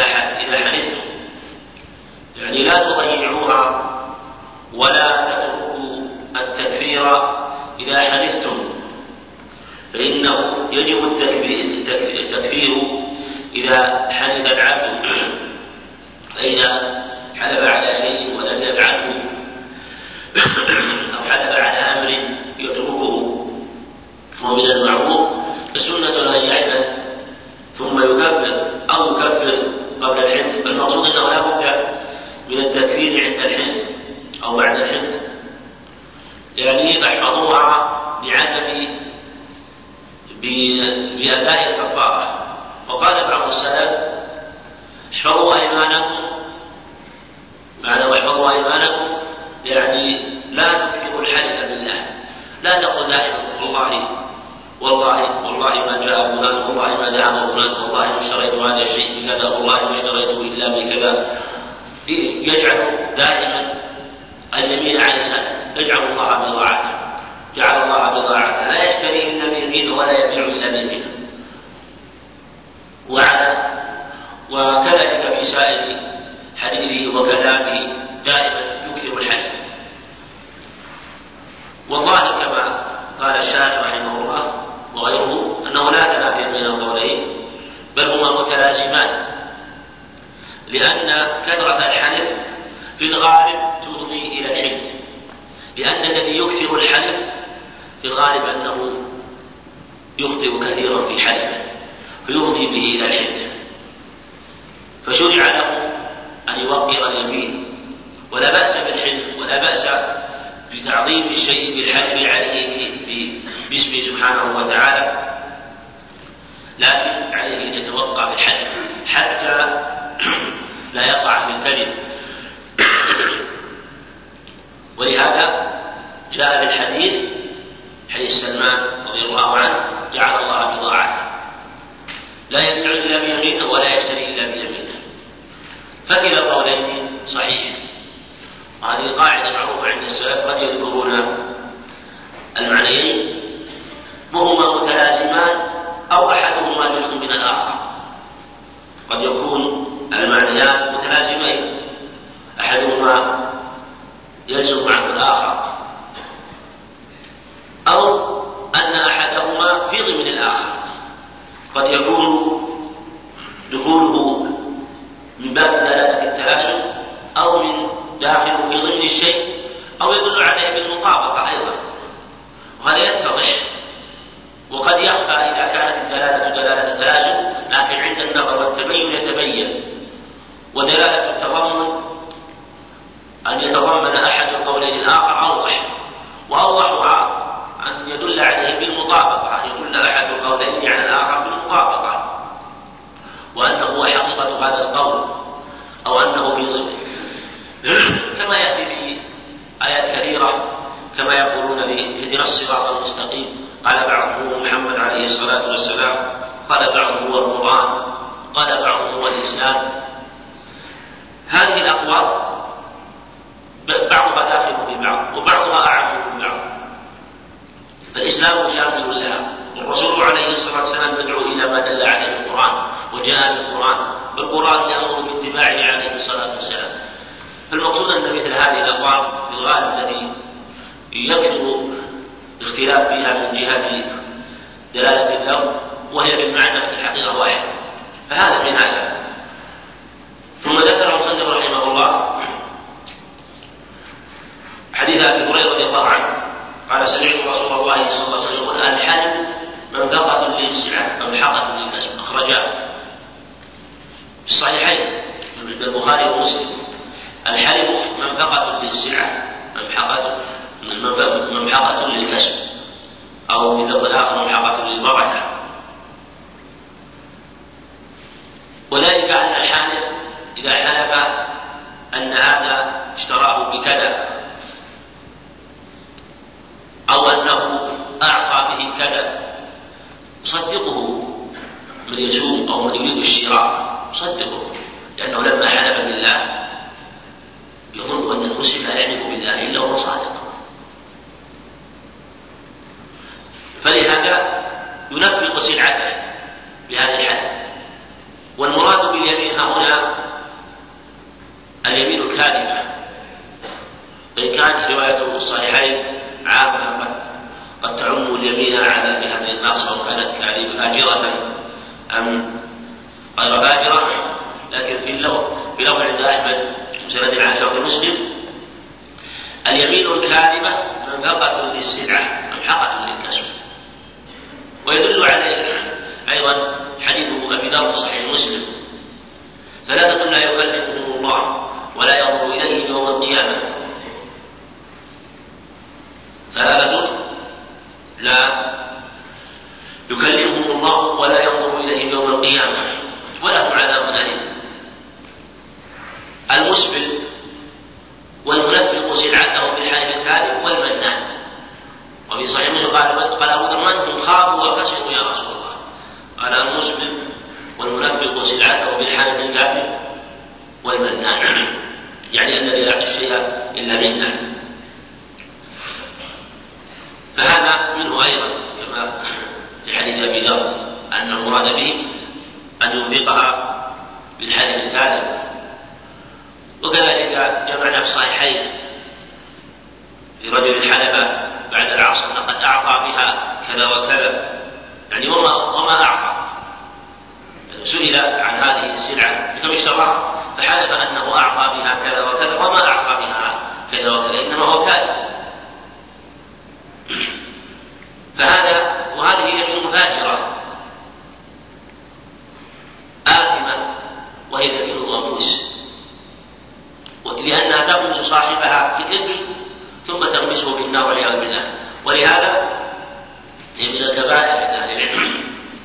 إذا حلفتم، يعني لا تضيعوها ولا تتركوها التكفير إذا حلفتم فإنه يجب التكفير إذا حلف العبد، فإذا حلف على شيء ولم يفعله أو حلف على أمر يتركه ومن المعروف فسنة أن يحدث ثم يكفر أو يكفر قبل الحلف. فالمقصود أنه لا بد من التكفير عند الحلف أو بعد الحلف، يعني فاحفظوها بعدم بأداء الكفارة. وقال بعض السلف احفظوا أيمانكم، معنى واحفظوا أيمانكم يعني لا تكفروا الحلف بالله، لا تقول دائما والله والله والله ما جاء فلان، والله ما ذهب فلان، والله ما اشتريت هذا الشيء بكذا، والله ما اشتريته إلا بكذا. يجعل دائما اليمين على لسانه، يجعل الله بضاعته، جعل الله بضاعته، لا يشتري إلا بيمينه ولا يبيع إلا بيمينه. وكذلك في سائر حديثه وكلامه دائما يكثر الحلف. والظاهر كما قال الشافعي رحمه الله وغيره أنه لا تنافي بين القولين، بل هما متلازمان، لأن كثرة الحلف في الغالب تفضي إلى الحلف، لأن الذي يكثر الحلف في الغالب أنه يخطئ كثيرا في حلفه فيفضي به إلى الحلف، فشرع له أن يوقر اليمين. ولا بأس بالحلف ولا بأس بتعظيم الشيء بالحلف عليه باسمه سبحانه وتعالى، لكن عليه أن يتوقع في الحلف حتى لا يقع في الكذب. ولهذا جاء في الحديث حديث سلمان رضي الله عنه جعل الله بضاعته، لا يبيع إلا بيمينه ولا يشتري إلا بيمينه. فكلا القولين صحيح، وهذه قاعدة معروفة عند السلف، قد يذكرون المعنيين وهما متلازمان أو أحدهما جزء من الآخر. قد يكون المعنيان متلازمين، أحدهما يلزم معه الآخر، أو أن أحدهما في ضمن الآخر. قد يكون دخوله من باب دلالة التلازم أو من داخل في ضمن الشيء، أو يدل عليه بالمطابقة أيضا، وهذا يتضح. وقد يخفى إذا كانت الدلالة دلالة التلازم، لكن عند النظر والتبين يتبين. ودلالة التضمن أن يتضمن أحد القولين الآخر أوضح، وأوضحها أن يدل عليه بالمطابقة، أن يدل أحد القولين على الآخر بالمطابقة، وأنه هو حقيقة هذا القول أو أنه في ضمنه، كما يأتي في آيات كثيرة كما يقولون اهدنا الصراط المستقيم، قال بعضهم محمد عليه الصلاة والسلام، قال بعضهم هو القرآن، قال بعضهم هو الإسلام. هذه الأقوال بعضها داخل في بعض وبعضها أعم من بعض، فالإسلام شامل لها، والرسول عليه الصلاة والسلام يدعو إلى ما دل عليه القرآن وجاء بالقرآن، والقرآن يأمر باتباعه عليه الصلاة والسلام. فالمقصود أن مثل هذه الأقوال في الغالب التي يكثر الاختلاف فيها من جهة دلالة اللفظ وهي بالمعنى في الحقيقة واحد، فهذا من هذا. ثم ذكر المصنف رحمه الله حديث أبي هريرة رضي الله عنه قال سمعت رسول الله صلى الله عليه وسلم يقول الحلف منفقة للسلعة أو حقة للكسب، أخرجاه في الصحيحين من البخاري ومسلم. الحلف منفقة للسلعة، ممحقة ممحقة للكسب، أو من ذلك الآخر ممحقة للبركة. وذلك أن الحالف إذا حلف أن هذا اشتراه بكذا أو أنه أعطى به كذا صدقه من يسوق أو من يريد الشراء، صدقه، لأنه لما حلف بالله يظن أن المسلم لا يحلف بالله إلا هو صادق، فلهذا ينفق سلعته بهذا الحلف. والمراد باليمين هنا اليمين الكاذبة، فإن كانت روايته الصحيحين عامة قد قد تعم اليمين على بهذه الناس أو كانت كاذبة فاجرة أم غير فاجرة، لكن في اللفظ في لفظ عند أحمد مسند عائشة وفي مسلم اليمين الكاذبة منفقة للسلعة ممحقة للكسب. ويدل عليه أيضا حديث أبي ذر في صحيح مسلم: ثلاثة لا يكلمهم الله ولا ينظر إليهم يوم القيامة. ثلاثة لا يكلمهم الله ولا ينظر إليهم يوم القيامة ولهم عذاب أليم: المسبل والمنفق سلعته بالحلف الكاذب والمنان. وفي صحيح مسلم قال قال أبو ذر: من هم خابوا وخسروا يا رسول الله؟ قال: المسبل والمنفق سلعته بالحلف الكاذب والمنان، يعني الذي لا يعطي الشيء إلا منه. فهذا منه أيضا كما في حديث أبي ذر أن المراد به أن ينفقها بالحلف الكاذب. وكذلك جمعنا في الصحيحين في رجل حلف بعد العصر لقد أعطى بها كذا وكذا، يعني وما, وما أعطى. سئل عن هذه السلعة بكم اشتراها فحلف أنه أعطى بها كذا وكذا وما أعطى بها كذا وكذا، إنما هو كاذب. فهذا وهذه يمين فاجرة آثمة وهي يمين الغموس، لأنها تغمس صاحبها في الإثم ثم تغمسه بالنار والعياذ بالله. ولهذا هي من الكبائر عند أهل العلم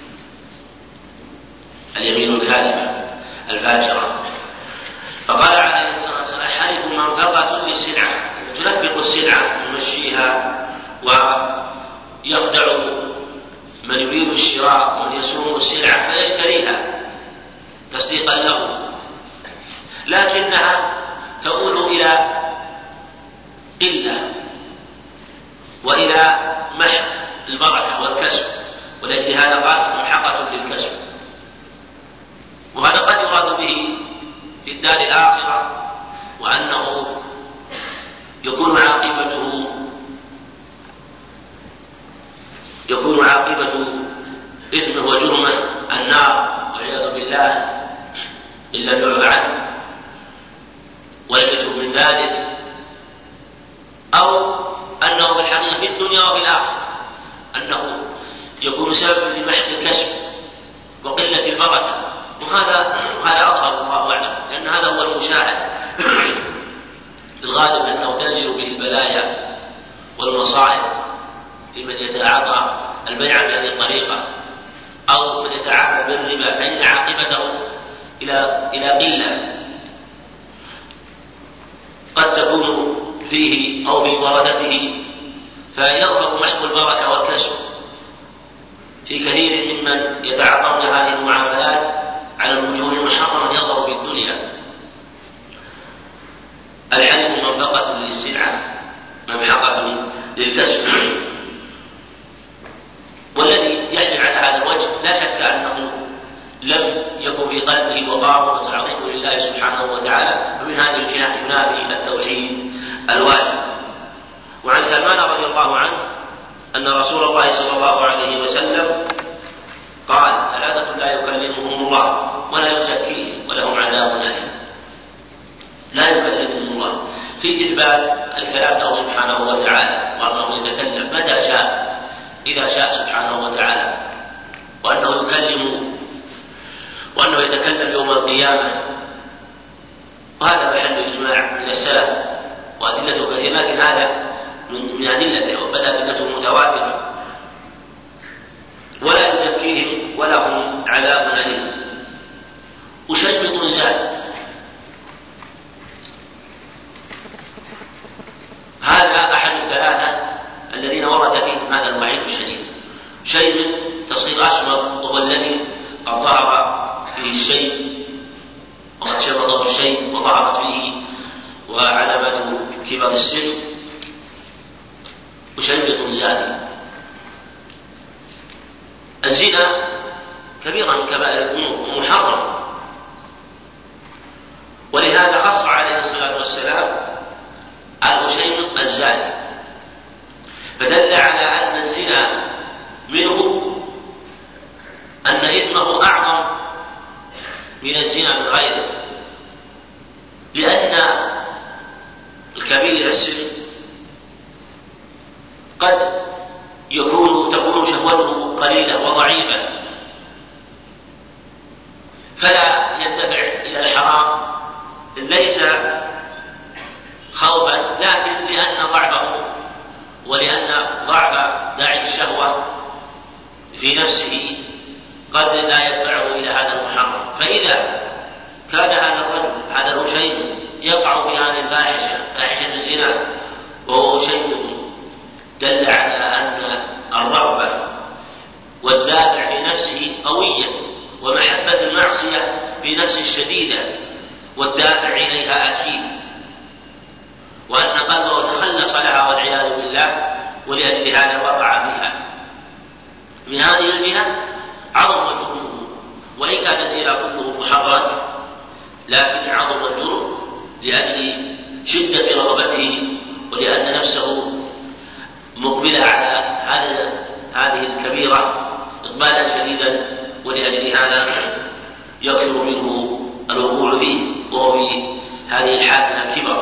اليمين الكاذبة الفاجرة. فقال عليه الصلاة والسلام: حلف منفقة للسلعة، تنفق السلعة تمشيها ويخدع من يريد الشراء ومن يسوم السلعة فيشتريها تصديقا له، لكنها تؤول إلى قلة وإلى محق البركة والكسب، ولكن هذا قال محقة للكسب. وهذا قد يراد به في الدار الآخرة، وأنه يكون عاقبته يكون عاقبة إثمه وجرمه النار والعياذ بالله إلا البعد عنه ويبتغ من ذلك، أو أنه بالحقيقة في الدنيا وفي الآخرة أنه يكون سبب لمحق الكسب وقلة البركة. وهذا وهذا أظهر الله أعلم، لأن هذا هو المشاهد في الغالب، أنه تنزل به البلايا والمصائب في من يتعاطى البيع بهذه الطريقة أو من يتعاطى بالربا، فإن عاقبته إلى إلى قلة قد تكون فيه أو في ورثته، فيظهر محق البركة والكسب في كثير ممن يتعاطون هذه المعاملات على الوجوه المحرمة يظهر في الدنيا. الحلف منفقة للسلعة ممحقة للكسب. والذي يحلف على هذا الوجه لا شك أنه لم يكن في قلبه وقار وتعظيم لله سبحانه وتعالى، ومن هذه الجهة ينافي التوحيد الواجب. وعن سلمان رضي الله عنه أن رسول الله صلى الله عليه وسلم قال: ثلاثة لا يكلمهم الله ولا يزكيهم ولهم عذاب أليم. لا يكلمهم الله في إثبات الكلام له سبحانه وتعالى، وأنه يتكلم متى شاء إذا شاء سبحانه وتعالى، وأنه يكلم وأنه يتكلم يوم القيامة. وهذا محل إجماع من السلف وأدلته كثيرة، لكن هذا من أدلته بل أدلته متواترة. ولا يزكيهم ولهم عذاب أليم. وشيبط زاد، هذا أحد الثلاثة الذين ورد فيهم هذا الوعيد الشديد. شيء تصغير أشمر وهو الذي قد ظهر فيه الشيء وقد شبطه الشيء وظهرت فيه وعلامته كبر السن. وشيبط زاد. الزنا كبيرة من كبائر الذنوب ومحرم، ولهذا خص عليه الصلاة والسلام الشيء الزاد. فدل على أن الزنا منه أن إثمه أعظم من الزنا من غيره، لأن الكبير السن قد يكون تكون شهوته قليلة وضعيفة فلا يندفع إلى الحرام ليس خوفا، لكن لأن ضعفه ولأن ضعف داعي الشهوة في نفسه قد لا يدفعه إلى هذا المحرم. فإذا كان هذا الرجل هذا الأشيم يقع في هذه الفاحشة فاحشة الزنا وهو شيء دل على أن الرغبة والدافع في نفسه قويا ومحبة المعصية في نفسه شديدة والدافع إليها أكيد، وأن قلبه تخلص لها والعياذ بالله، ولأجل هذا وقع فيها. من هذه الجهة عظم جرمه، وإن كان الزنا كله محرم لكن عظم الجرم لأجل شدة رغبته ولأن نفسه مقبلة على هذه الكبيرة إقبالا شديدا، ولأجل هذا يكثر منه الوقوع فيه وهو في هذه الحال من الكبر.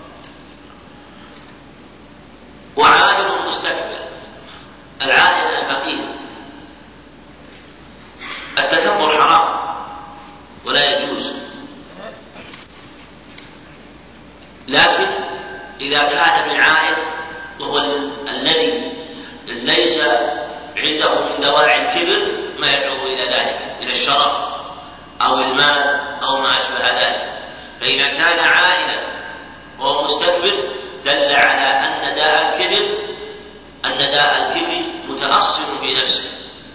وعائل مستكبر، العائل الفقير، التكبر حرام ولا يجوز، لكن إذا كان من عائل وهو الذي ليس عنده من دواعي الكبر ما يدعوه إلى ذلك من الشرف أو المال أو ما أشبه ذلك، فإذا كان عائلا وهو مستكبر دل على أن داء الكبر أن داء الكبر متأصل في نفسه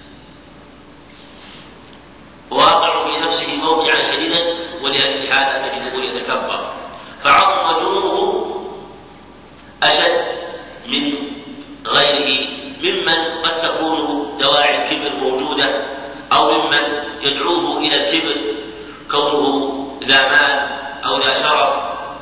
واقع في نفسه موقعا شديدا، ولأجل هذا تجده يتكبر. فعظم جرمه أشد من غيره ممن قد تكون دواعي الكبر موجودة أو ممن يدعوه إلى الكبر كونه ذا مال أو ذا شرف،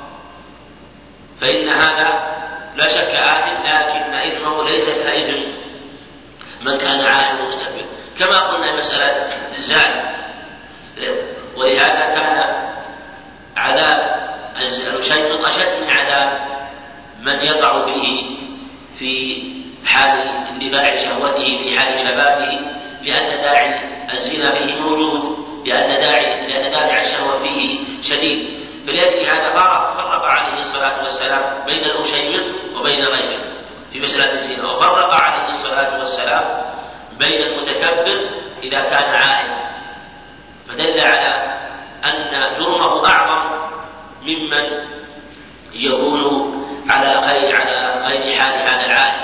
فإن هذا لا شك آثم، لكن إثمه ليس كإثم من كان عائل مستكبر، كما قلنا مسألة الزاني، ولهذا كان عذاب الشيطان أشد من عذاب من يقع به في حال اندفاع شهوته في حال شبابه، لأن داعي الزنا فيه موجود، لأن داعي لأن دافع الشهوة فيه شديد. فلأجل هذا فرق عليه الصلاة والسلام بين الأشيم وبين غيره في مسألة الزنا، وفرق عليه الصلاة والسلام بين المتكبر إذا كان عائل، فدل على أن جرمه أعظم ممن يكون على غير على غير حال هذا العائل.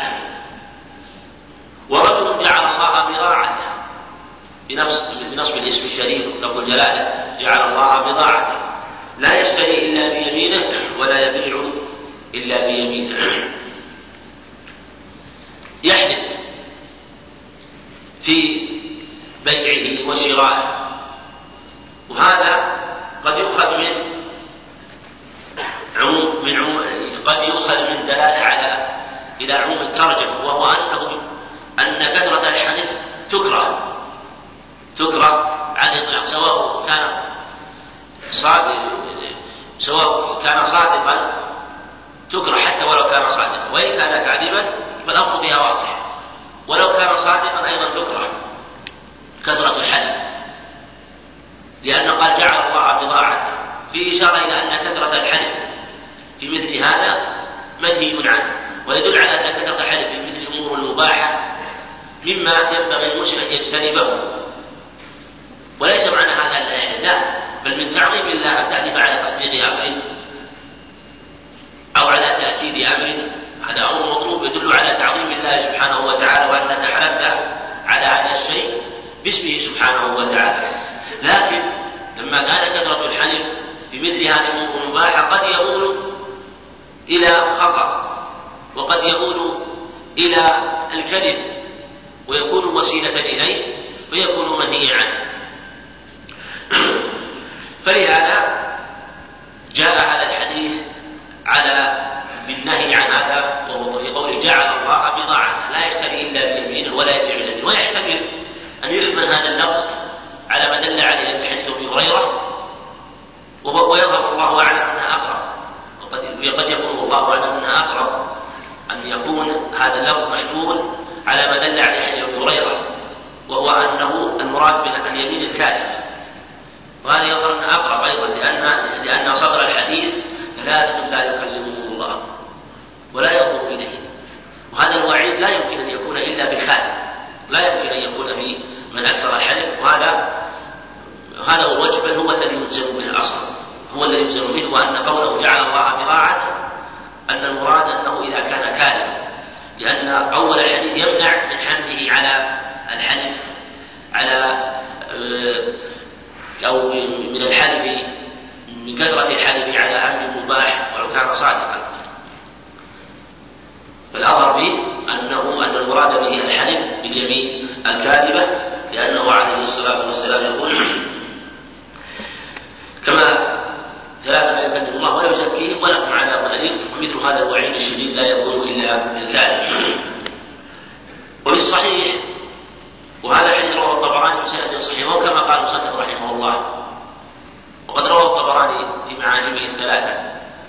ورجل جعل الله بضاعته بنصب الاسم الشريف لفظ الجلاله، جعل الله بضاعته لا يشتري إلا بيمينه ولا يبيع إلا بيمينه، يحدث في بيعه وشرائه، وهذا قد يؤخذ من عموم من عموم قد يؤخذ من دلالة على إلى عموم الترجمة، وهو أنه أن كثرة الحديث تكره تكره على الإطلاق، سواء كان صادق سواء كان صادقا تكره حتى ولو كان صادقا، وإن كان كاذبا فالأمر بها واضح، ولو كان صادقا أيضا تكره كثرة الحديث، لأنه قال جعل الله بضاعته، في إشارة إلى أن كثرة الحديث في مثل هذا منهي عنه، ويدل على أن كثرة الحديث في مثل الأمور المباحة مما ينبغي المسلم أن يجتنبه، وليس معنى هذا لا، بل من تعظيم الله أن تحلف على تصديق أمر أو على تأكيد أمر، هذا أمر مطلوب يدل على تعظيم الله سبحانه وتعالى، وأنك حلفت على هذا الشيء باسمه سبحانه وتعالى. لكن لما كان كثرة الحلف في مثل هذه الأمور المباحة قد يؤول إلى خطأ، وقد يؤول إلى الكذب، ويكون وسيلة إليه ويكون منهيا عنه. فلهذا جاء هذا الحديث على بالنهي عن هذا، وهو في قوله جعل الله بضاعة لا يشتري إلا بيمينه ولا يبيع باليمين. ويحتمل أن يحمل هذا اللفظ على ما دل عليه حديث أبي هريرة، ويظهر الله أعلم أنها أقرب، وقد يكون الله أعلم أنها أقرب أن يكون هذا اللفظ محمول على ما دل عليه حديث أبي هريرة، وهو أنه المراد به اليمين الكاذب، وهذا يظهر أنها أقرب أيضا، لأن لأن صدر الحديث ثلاثة لا يكلمهم الله ولا ينظر إليه، وهذا الوعيد لا يمكن أن يكون إلا بخالف، لا يمكن أن يكون في من أكثر الحلف، وهذا هذا هو الوجه، بل هو الذي يلزم به أصلا، هو الذي يلزم به، وأن قوله جعل الله بضاعة أن المراد أنه إذا كان كاذبا، لأن أول الحديث يمنع من حمله على الحلف على أو من الحلف من كثرة الحلف على أمر مباح ولو كان صادقا. فالأظهر فيه أنه أن المراد به الحلف باليمين الكاذبة، لأنه عليه الصلاة والسلام يقول كما ثلاثة لا يكلم الله ولا يزكيهم ولكم عذاب أليم، ومثل هذا الوعيد الشديد لا يكون إلا بالكاذب. وبالصحيح، وهذا حديث رواه الطبراني بسند صحيح، وكما قال المصنف رحمه الله، وقد روى الطبراني في معاجمه الثلاثة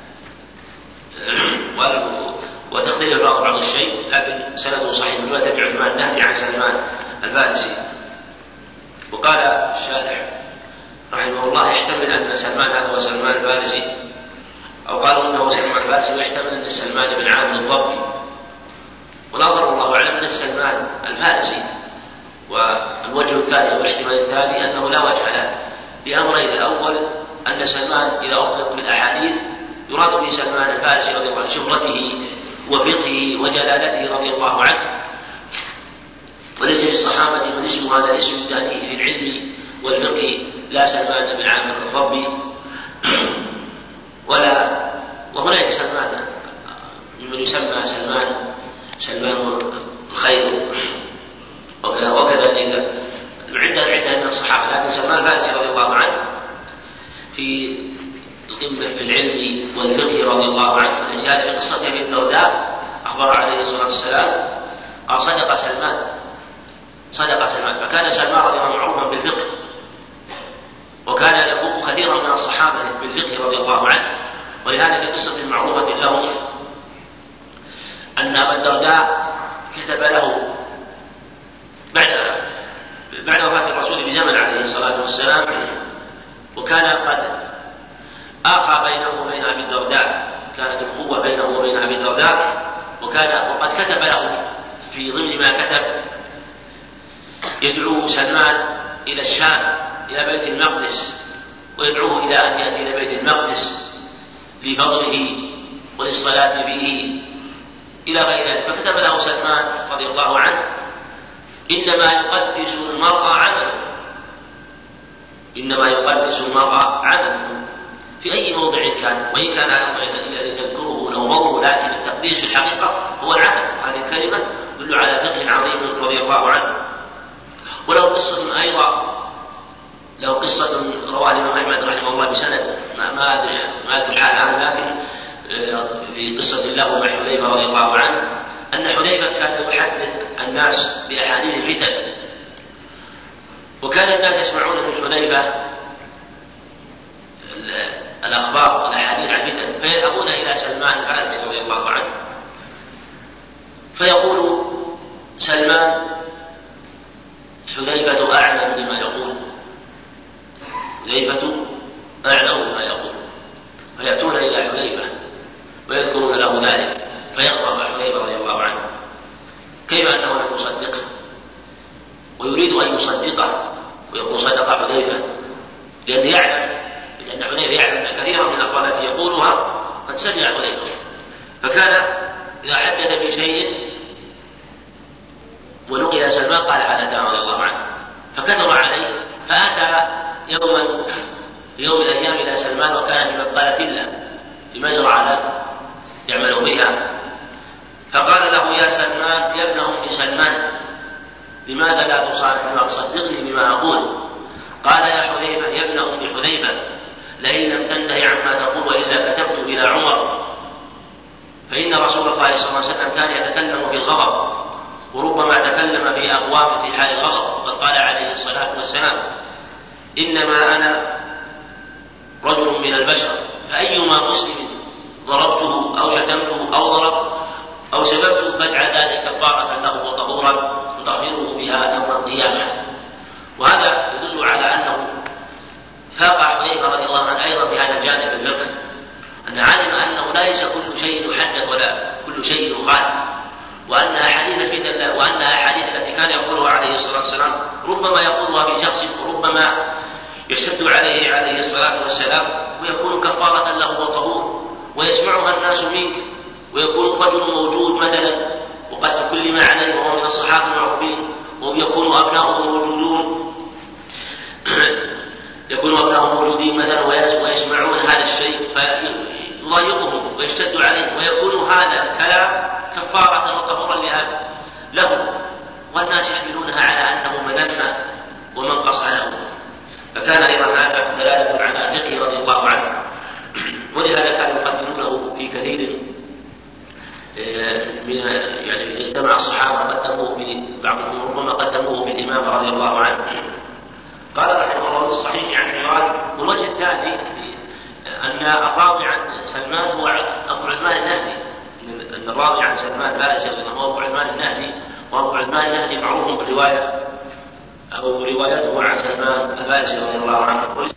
وتختلف بعض بعض الشيء، لكن سنده صحيح من وتبع عثمان النهدي عن سلمان الفارسي. وقال الشارح رحمه الله يحتمل أن سلمان هذا هو سلمان الفارسي، أو قالوا أنه سلمان الفارسي، ويحتمل أن سلمان بن عامر الضبي، ونظر الله أعلم أن سلمان الفارسي. والوجه الثاني والاحتمال الثاني أنه لا وجه له بأمرين: الأول أن سلمان إذا أطلق في الأحاديث يراد به سلمان الفارسي رضي الله عنه شهرته وفقهه وجلالته رضي الله عنه، وليس للصحابة من اسم هذا الاسم الثاني في العلم والفقه لا سلمان بن عامر الضبي ولا وهناك سلمان ممن يسمى سلمان سلمان الخير وكذلك عدة عدة من الصحابة، لكن سلمان الفارسي رضي الله عنه في القمة في العلم والفقه رضي الله عنه. لهذا في قصة ابي الدرداء أخبر عليه الصلاة والسلام قال صدق سلمان صدق سلمان فكان سلمان رضي الله عنه معروفا بالفقه، وكان يفوق كثيرا من الصحابة بالفقه رضي الله عنه. ولهذا في قصة معروفة له أن أبا الدرداء كتب له بعد بعد وفاة الرسول بزمن عليه الصلاة والسلام، وكان قد آخى بينه وبين أبي الدرداء، كانت الأخوة بينه وبين أبي الدرداء، وكان وقد كتب له في ضمن ما كتب يدعو سلمان إلى الشام إلى بيت المقدس، ويدعوه إلى أن يأتي إلى بيت المقدس لفضله وللصلاة فيه إلى غير ذلك. فكتب له سلمان رضي الله عنه: إنما يقدس المرء عمله إنما يقدس المرء عمله في أي موضع كان، وإن كان الذي تذكره له موضوع، لكن التقديس في الحقيقة هو العمل. هذه الكلمة تدل على فقه عظيم رضي الله عنه. وله قصة أيضا له قصة رواه الإمام أحمد رحمه الله بسند ما أدري ما أدري الحال عنه، لكن في قصة له مع حذيفة رضي الله عنه أن حذيفة كان يحدث الناس بأحاديث الفتن، وكان الناس يسمعون من حذيفة الأخبار والأحاديث عن الفتن، فيذهبون إلى سلمان الفارسي رضي الله عنه، فيقول سلمان: حذيفة أعلم بما يقول حذيفة أعلم بما يقول فيأتون إلى حذيفة ويذكرون له ذلك، فيغضب حذيفة رضي الله عنه كيف أنه لم يصدقه، ويريد أن يصدقه ويقول صدق حذيفة، لأنه يعلم لأن حذيفة يعلم أن كثيرا من الأخبار التي يقولها قد سمع حذيفة. فكان إذا حدث بشيء ولقي سلمان قال حدث رضي الله عنه، فكثر عليه، فأتى يوما في يوم من الأيام إلى سلمان، وكان في مقالة له في مزرعة يعمل بها، فقال له: يا سلمان يا ابن أم سلمان، لماذا لا تصادقني تصدقني بما أقول؟ قال: يا حذيفة يا ابن أم حذيفة، لئن لم تنتهي عما تقول وإلا كتبت إلى عمر فإن رسول الله صلى الله عليه وسلم كان يتكلم في الغضب، وربما تكلم في أقوام في حال الغضب، فقال عليه الصلاة والسلام: إنما أنا رجل من البشر، فأيما مسلم ضربته أو شتمته أو ضرب أو سببته فاجعل ذلك كفارة له وطهورا تطهره بها يوم القيامة. وهذا يدل على أنه فاق حذيفة رضي الله عنه أيضا في هذا الجانب الفقه، أن علم أنه ليس كل شيء يحدث ولا كل شيء يقال، وأن أحاديث الفتن وأن أحاديث التي كان يقولها عليه الصلاة والسلام ربما يقولها في شخص وربما يشتد عليه عليه الصلاة والسلام ويكون كفارة له وطهور ويسمعها الناس منك، ويكون رجل موجود مثلا وقد تكلم عليه وهو من الصحابة المعروفين، ويكون أبناؤه موجودون يكون أبناؤه موجودين مثلا ويسمعون هذا الشيء فيضايقهم ويشتد عليهم، ويكون هذا الكلام كفارة وطهورا له، والناس يحملونها على أنه مذمة ومنقص له. فكان أيضا هذا دلالة على فقهه رضي الله عنه، ولهذا كانوا يقدمونه في كثير من يعني جمع الصحابة قدموه في بعضهم ربما قدموه في الإمام رضي الله عنه. قال رحمه الله الصحيح عن عمران. والوجه الثاني أن الراوي عن سلمان هو أبو عثمان النهدي، أن الراوي عن سلمان فارس هو أبو عثمان النهدي، وأبو عثمان النهدي معروف بالرواية أو روايته عن سلمان الفارسي رضي الله عنه.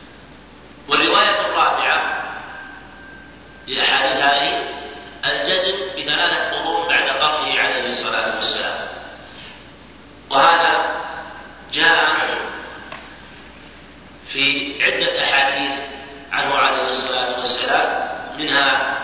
لأحاديث هذه الجزم بثلاثة قرون بعد قرنه عليه الصلاة والسلام. وهذا جاء في عدة أحاديث عنه عليه الصلاة والسلام، منها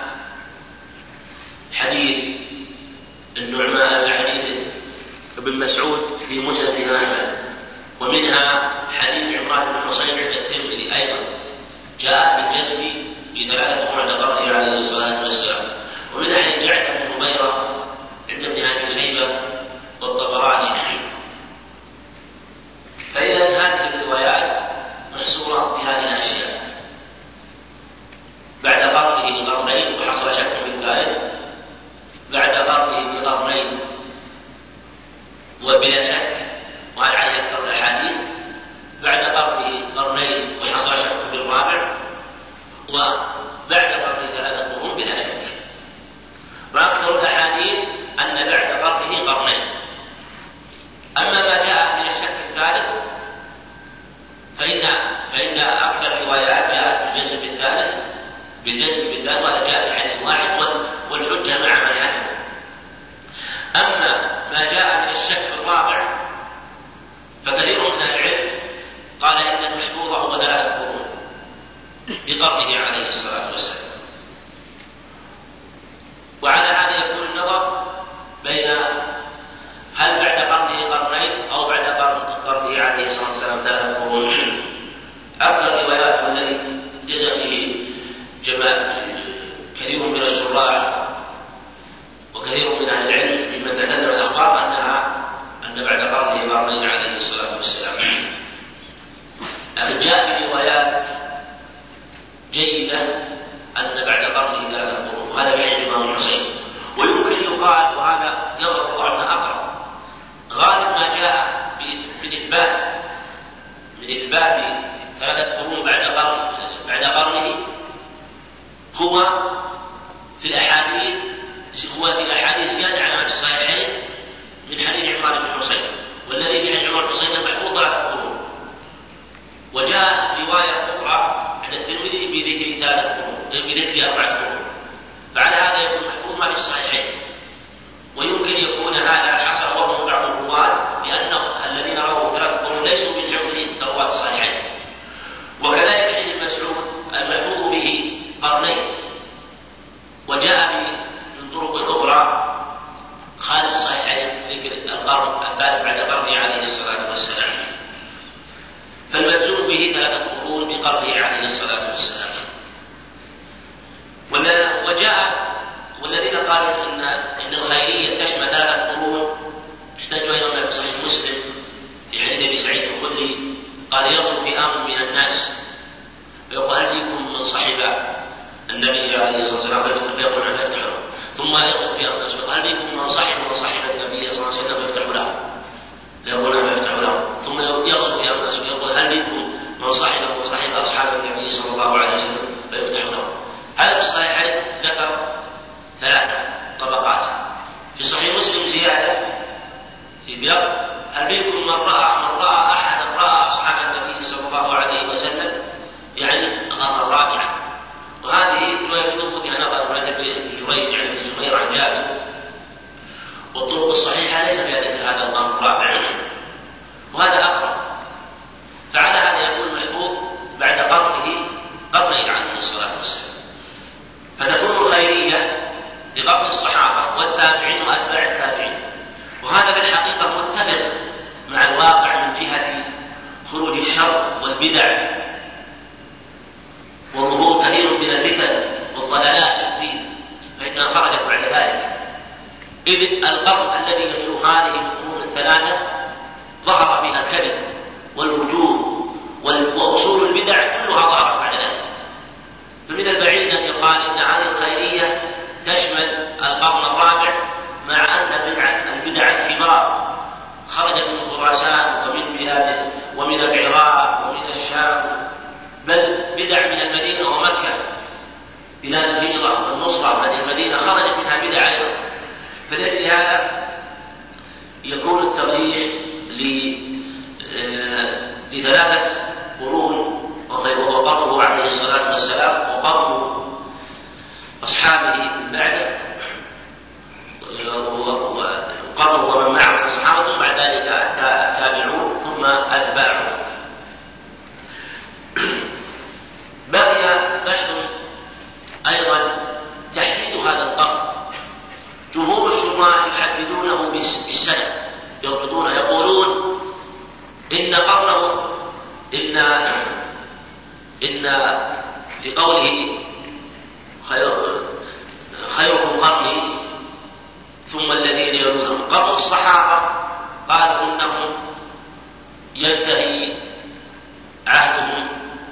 حديث النعمان حديث ابن مسعود في مسند أحمد، ومنها حديث عمران بن حصين عند الترمذي أيضا جاء بالجزم بثلاثة بعد قرنه عليه الصلاة والسلام، ومن حديث جعفر بن نميرة عند ابن أبي شيبة والطبراني. فإذا هذه الروايات محصورة في هذه الأشياء: بعد قرنه بقرنين وحصل شك في الثالث، بعد قرنه بقرنين وبلا شك وهذا عليه أكثر الأحاديث، بعد قرنه قرنين وحصل شك في الرابع، وبعد قرنه ثلاثة قرون بلا شك. وأكثر الأحاديث أن بعد قرنه قرنين. أما ما جاء من الشك الثالث فإن فإن أكثر الروايات جاءت بالجزم بالثالث بالجزم بالثالث وهذا جاء بحديث واحد والحجة مع من حكم. أما ما جاء من الشك الرابع فكثير من العلم قال إن المحفوظ هو ثلاثة قرون بقرنه عليه الصلاة والسلام. وعلى هذا يكون النظر بين هل بعد قرنه قرنين أو بعد قرنه عليه الصلاة والسلام ثلاثة قرون. أكثر الروايات والذي جزم به جماعة كثير من الشراح وكثير من أهل العلم ممن تكلم الأخبار أنها أن بعد قرنه قرنين عليه الصلاة والسلام. لكن جاء بروايات جيدة أن بعد قرنه ثلاثة قرون، وهذا بحديث الإمام الحسين. ويمكن يقال وهذا يظهر الله عنه أقرب غالب ما جاء من إثبات من إثبات ثلاثة قرون بعد قرن بعد قرنه هو في الأحاديث هو في الأحاديث زيادة على في الصحيحين من حديث عمران بن حصين، والذي في حديث عمران بن حصين محفوظ ثلاثة قرون. وجاء رواية أخرى عند الترمذي بذكر ثلاثة قرون بذكر أربعة قرون، فعلى هذا يكون محفوظ ما في الصحيحين. ويمكن يكون هذا حصل وهم بعض الرواة لأن الذين رووا ثلاثة قرون ليسوا من حفظ رواة الصحيحين. وكذلك حديث المسعود المحفوظ به قرنين، وجاء من طرق أخرى خالف الصحيحين ذكر القرن الثالث بعد قرنه عليه الصلاة والسلام. فالمجزوم به ثلاثة قرون بقرنه عليه الصلاة والسلام. وجاء والذين قالوا إن إن الخيرية تشمل ثلاثة قرون احتجوا أيضا في صحيح مسلم في حديث أبي سعيد الخدري قال: يغزو في أمر من الناس فيقول: هل فيكم من صحب النبي عليه الصلاة والسلام؟ فيقول: نعم فيفتح له. ثم يغزو في أمر الناس فيقول: هل فيكم من صحب من صحب النبي صلى الله عليه وسلم؟ فيفتح له. فيقول: نعم فيفتح له. ثم يغزو في أمر الناس فيقول: هل فيكم من صحب من صحب أصحاب النبي صلى الله عليه وسلم؟ فيفتح له. هذا في الصحيحين ذكر ثلاثة طبقات. في صحيح مسلم زيادة في بيض: هل فيكم من رأى من رأى أحد رأى أصحاب النبي صلى الله عليه وسلم، يعني غرة رابعة. وهذه رواية ثبتها نظر رواية ابن جريج عن ابن زمير عن جابر، والطرق الصحيحة ليس فيها ذكر هذا القرن الرابع، وهذا أقرب. فعلى هذا يكون محفوظ بعد قرنه قرنين عليه الصلاة والسلام. فتكون الخيرية لقرن الصحابة والتابعين وأتباع التابعين، وهذا بالحقيقة متفق مع الواقع من جهة خروج الشر والبدع وظهور كثير من الفتن والضلالات في الدين، فإنها خرجت بعد ذلك. إذ القرن الذي يتلو هذه القرون الثلاثة ظهر فيها الكذب والهجوم وأصول البدع كلها ظهرت بعد ذلك. فمن البعيد أن يقال إن هذه الخيرية تشمل القرن الرابع، مع أن البدع الكبار خرجت من خراسان ومن بلاد ومن العراق ومن الشام، بل بدع من المدينة ومكة بلاد الهجرة والنصرة. هذه المدينة خرجت منها بدع أيضا. فلأجل هذا يكون الترجيح لثلاثة قرون وهو قرنه عليه الصلاة والسلام وقرن أصحابه بعده، القرن ومن معه من الصحابة، ثم بعد ذلك التابعون ثم أتباعهم. بقي بحث أيضا تحديد هذا القرن. جمهور الشراح يحددونه بالسنة، يربطون يقولون إن قرنه إن إن في قوله خير خيركم قرني ثم الذين يلونهم، قرن الصحابة قالوا إنهم ينتهي عهدهم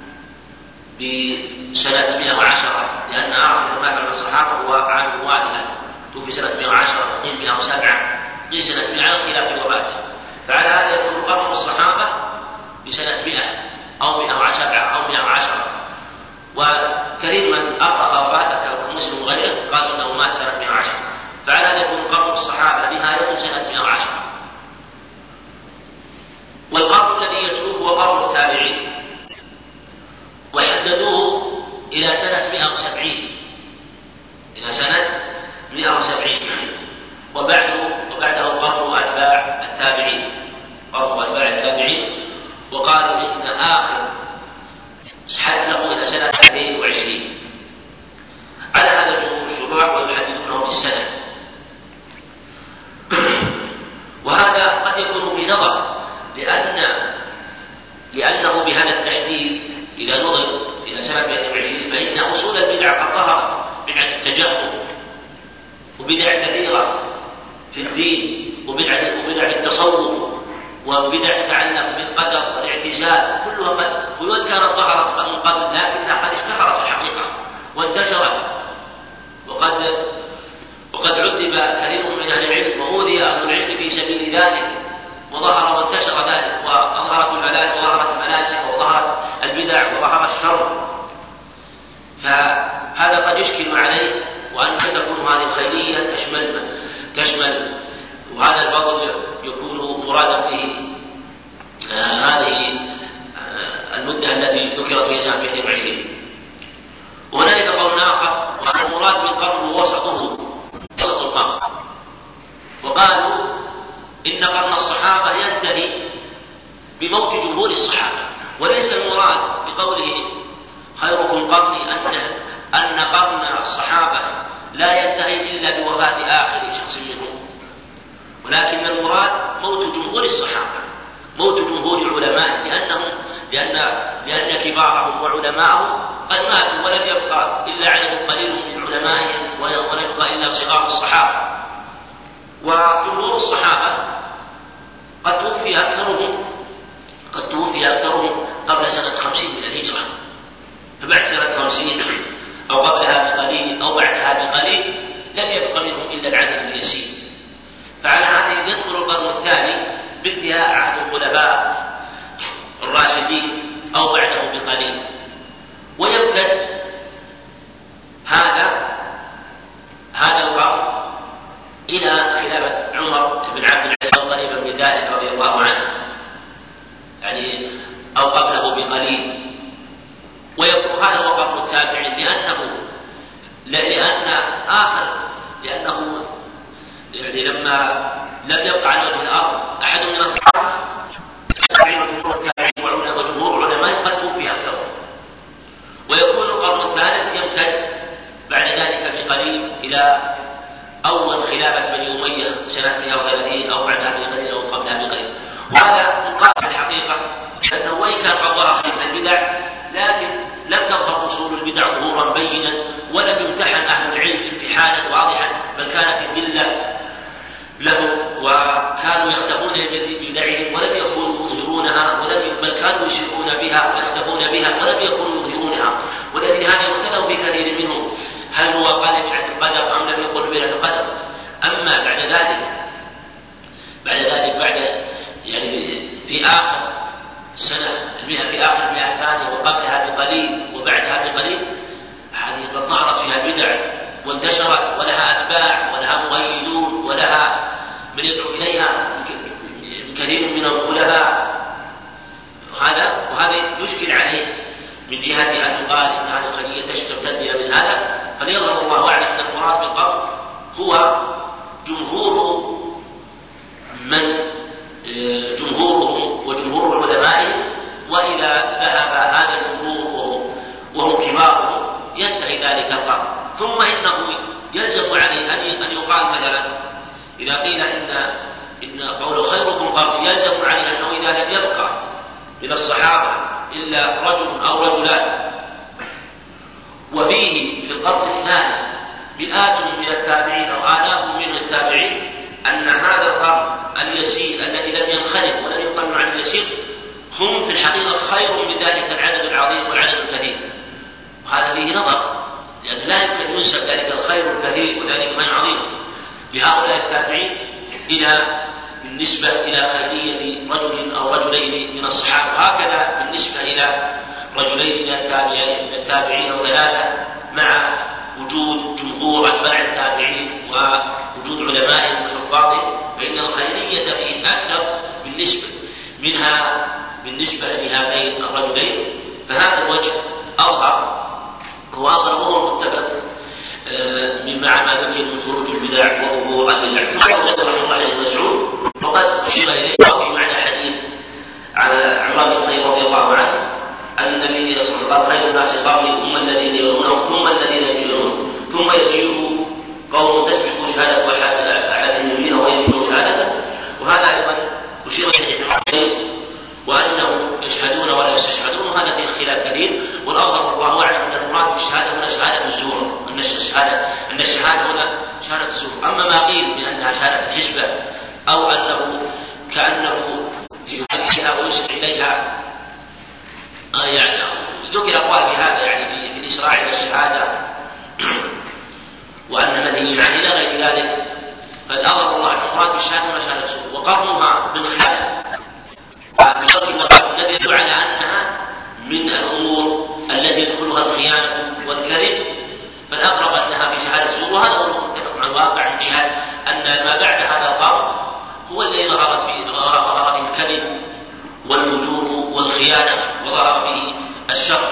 بسنة مئة وعشرة، لأن آخر ما كان الصحابة هو عام واحدة، توفي سنة مئة وعشرة قيل مئة وسبعة قيل سنة مئة على خلاف وفاته، فعلى هذا يكون قرن الصحابة بسنة مئة أو مئة وسبعة أو مئة وعشرة. وكثير من أرخ وفاته كمسلم وغيره قالوا إنه مات سنة مئة وعشرة، فعلى هذا يكون قرن الصحابة نهاية سنة مئة وعشرة. والقرن الذي يتلوه هو قرن التابعين، وحددوه إلى سنة مئة وسبعين إلى سنة مئة وسبعين وبعده وبعده قرن أتباع التابعين قرن أتباع التابعين وقالوا إن آخر حدده إلى سنة مئتين وعشرين. على هذا جمهور الشروع ويحددونه بالسنة. وهذا قد يكون في نظر، لأن لأنه بهذا التحديد إذا نظر إلى سنة مئتين وعشرين فإن أصول البدع قد ظهرت، بدعة التجهم وبدع كثيرة في الدين وبدع وبدع التصوف وبدع تتعلق بالقدر والاعتزال، كلها قد وإن كانت ظهرت من قبل لكنها قد اشتهرت في الحقيقة وانتشرت، وقد وقد عذب كثير من أهل العلم وأوذي أهل العلم في سبيل ذلك، وظهر وانتشر ذلك، وظهرت الملائكة وظهرت المناسك وظهرت البدع وظهر الشر. فهذا قد يشكل عليه، وأن تكون هذه الخيرية تشمل تشمل وهذا الفضل يكون مرادا به آه هذه آه المدة التي ذكرت في سنة مئتين وعشرين. وهنالك قول آخر وأن المراد بالقرن وسطه وسط القرن، وقالوا إن قرن الصحابة ينتهي بموت جمهور الصحابة، وليس المراد بقوله خيركم قرني أن أن قرن الصحابة لا ينتهي إلا بوفاة آخر شخص منهم، ولكن المراد موت جمهور الصحابة، موت جمهور العلماء، لأنهم لأن لأن كبارهم وعلماءهم قد ماتوا ولم يبقى إلا عدد قليل من علمائهم ولم يبقى إلا صغار الصحابة. وجمهور الصحابة قد توفي أكثرهم قد توفي أكثرهم قبل سنة خمسين من الهجرة، فبعد سنة خمسين أو قبلها بقليل أو بعدها بقليل لم يبق منهم إلا العدد اليسير. فعلى هذا يدخل القرن الثاني بانتهاء عهد الخلفاء الراشدين أو بعده بقليل، ويمتد هذا هذا القرن إلى خلافة عمر بن عبد العزيز أو قريبا من ذلك رضي الله عنه، يعني أو قبله بقليل. ويكون هذا هو قرن التابعين، لأنه لأن آخر لأنه يعني لما لم يبقى على وجه الأرض أحد من الصحابة وجمهور علماء قد توفي أكثر. ويكون القرن الثالث يمتد بعد ذلك بقليل إلى أول خلافة بني أمية سنة مئة وثلاثين أو بعدها بقليل أو قبلها بقليل. وهذا مقابل الحقيقة أنه وإن كان قد ظهر خلاف البدع لكن لم تظهر أصول البدع ظهورا بينا، ولم يمتحن أهل العلم امتحانا واضحا، بل كانت الدلة له وكانوا يختفون بدعهم ولم يكونوا يظهرونها، ولم بل كانوا يشركون بها ويختفون بها ولم يكونوا يظهرونها. ولكن هذا يختلف في كثير منهم، هل هو قال بدعة القدر أم لم يقل بدعة القدر. أما بعد ذلك بعد ذلك بعد يعني في آخر سنة المئة في آخر المئة الثانية وقبلها بقليل وبعدها بقليل، هذه قد ظهرت فيها بدع وانتشرت ولها أتباع ولها مؤيدون ولها من يدعو إليها كثير من الخلفاء. هذا وهذا يشكل عليه من جهة أن يقال إن هذه الخلية تمتد من هذا، فليظهر الله أعلم أن المراد بالقرن هو جمهور من جمهورهم وجمهور العلماء، وإذا ذهب هذا الجمهور وهم كبار ينتهي ذلك القرن. ثم إنه يلزم عليه أن يقال مثلا إذا قيل إن إن قول خيركم قرن، يلزم عليه أنه إذا لم يبقى من الصحابة إلا رجل أو رجلان، وفيه في القرن الثاني مئات من التابعين أو آلاف من التابعين، أن هذا القرن اليسير الذي لم ينخرط ولم يقل عن اليسير هم في الحقيقة خير من ذلك العدد العظيم والعدد الكثير. وهذا فيه نظر، لأن لا يمكن ينسب ذلك الخير الكثير وذلك الخير العظيم لهؤلاء التابعين إلى بالنسبة إلى خيرية رجل أو رجلين من الصحابة، وهكذا بالنسبة إلى رجلين من التابعين أو ثلاثة، مع وجود جمهور أتباع التابعين ووجود علماء وحفاظ، فإن الخيرية فيه أكثر بالنسبة منها بالنسبة لهذين الرجلين. فهذا الوجه أظهر وأقربه المتفق مما ما ذكر من خروج البدع وظهور البدع. ثم رحمه الله عليه مسعود وقد أشير إليه في معنى حديث على عمران بن خير رضي الله عنه أن النبي صلى الله عليه وسلم قال خير الناس قبلي ثم الذين يلونهم ثم الذين يلونهم ثم يجيء قوم تسبق شهادة أحد المؤمنين ويمكن شهادته. وهذا أيضا أشير إليه وأنهم يشهدون ولا يستشهدون، وهذا فيه خلاف كثير. والأظهر والله أعلم أن المراد بالشهادة هنا شهادة الزور، أن الشهادة أن الشهادة هنا شهادة الزور. أما ما قيل بأنها شهادة الحسبة أو أنه كأنه يؤكدها ويشهد إليها، آه يعني ذكر أقوال بهذا يعني في, في الإسراع إلى الشهادة وأن منهي عن إلى غير ذلك. فالأظهر والله أن المراد بالشهادة هنا شهادة الزور، وقرنها بالخلاف الذي يدل على أنها من الأمور التي يدخلها الخيانة والكذب، فالأقرب أنها في شهادة الزور. وهذا هو المتفق مع الواقع من جهة أن ما بعد هذا القرن هو الذي ظهرت فيه ظهر فيه الكذب والفجور والخيانة وظهر فيه الشر.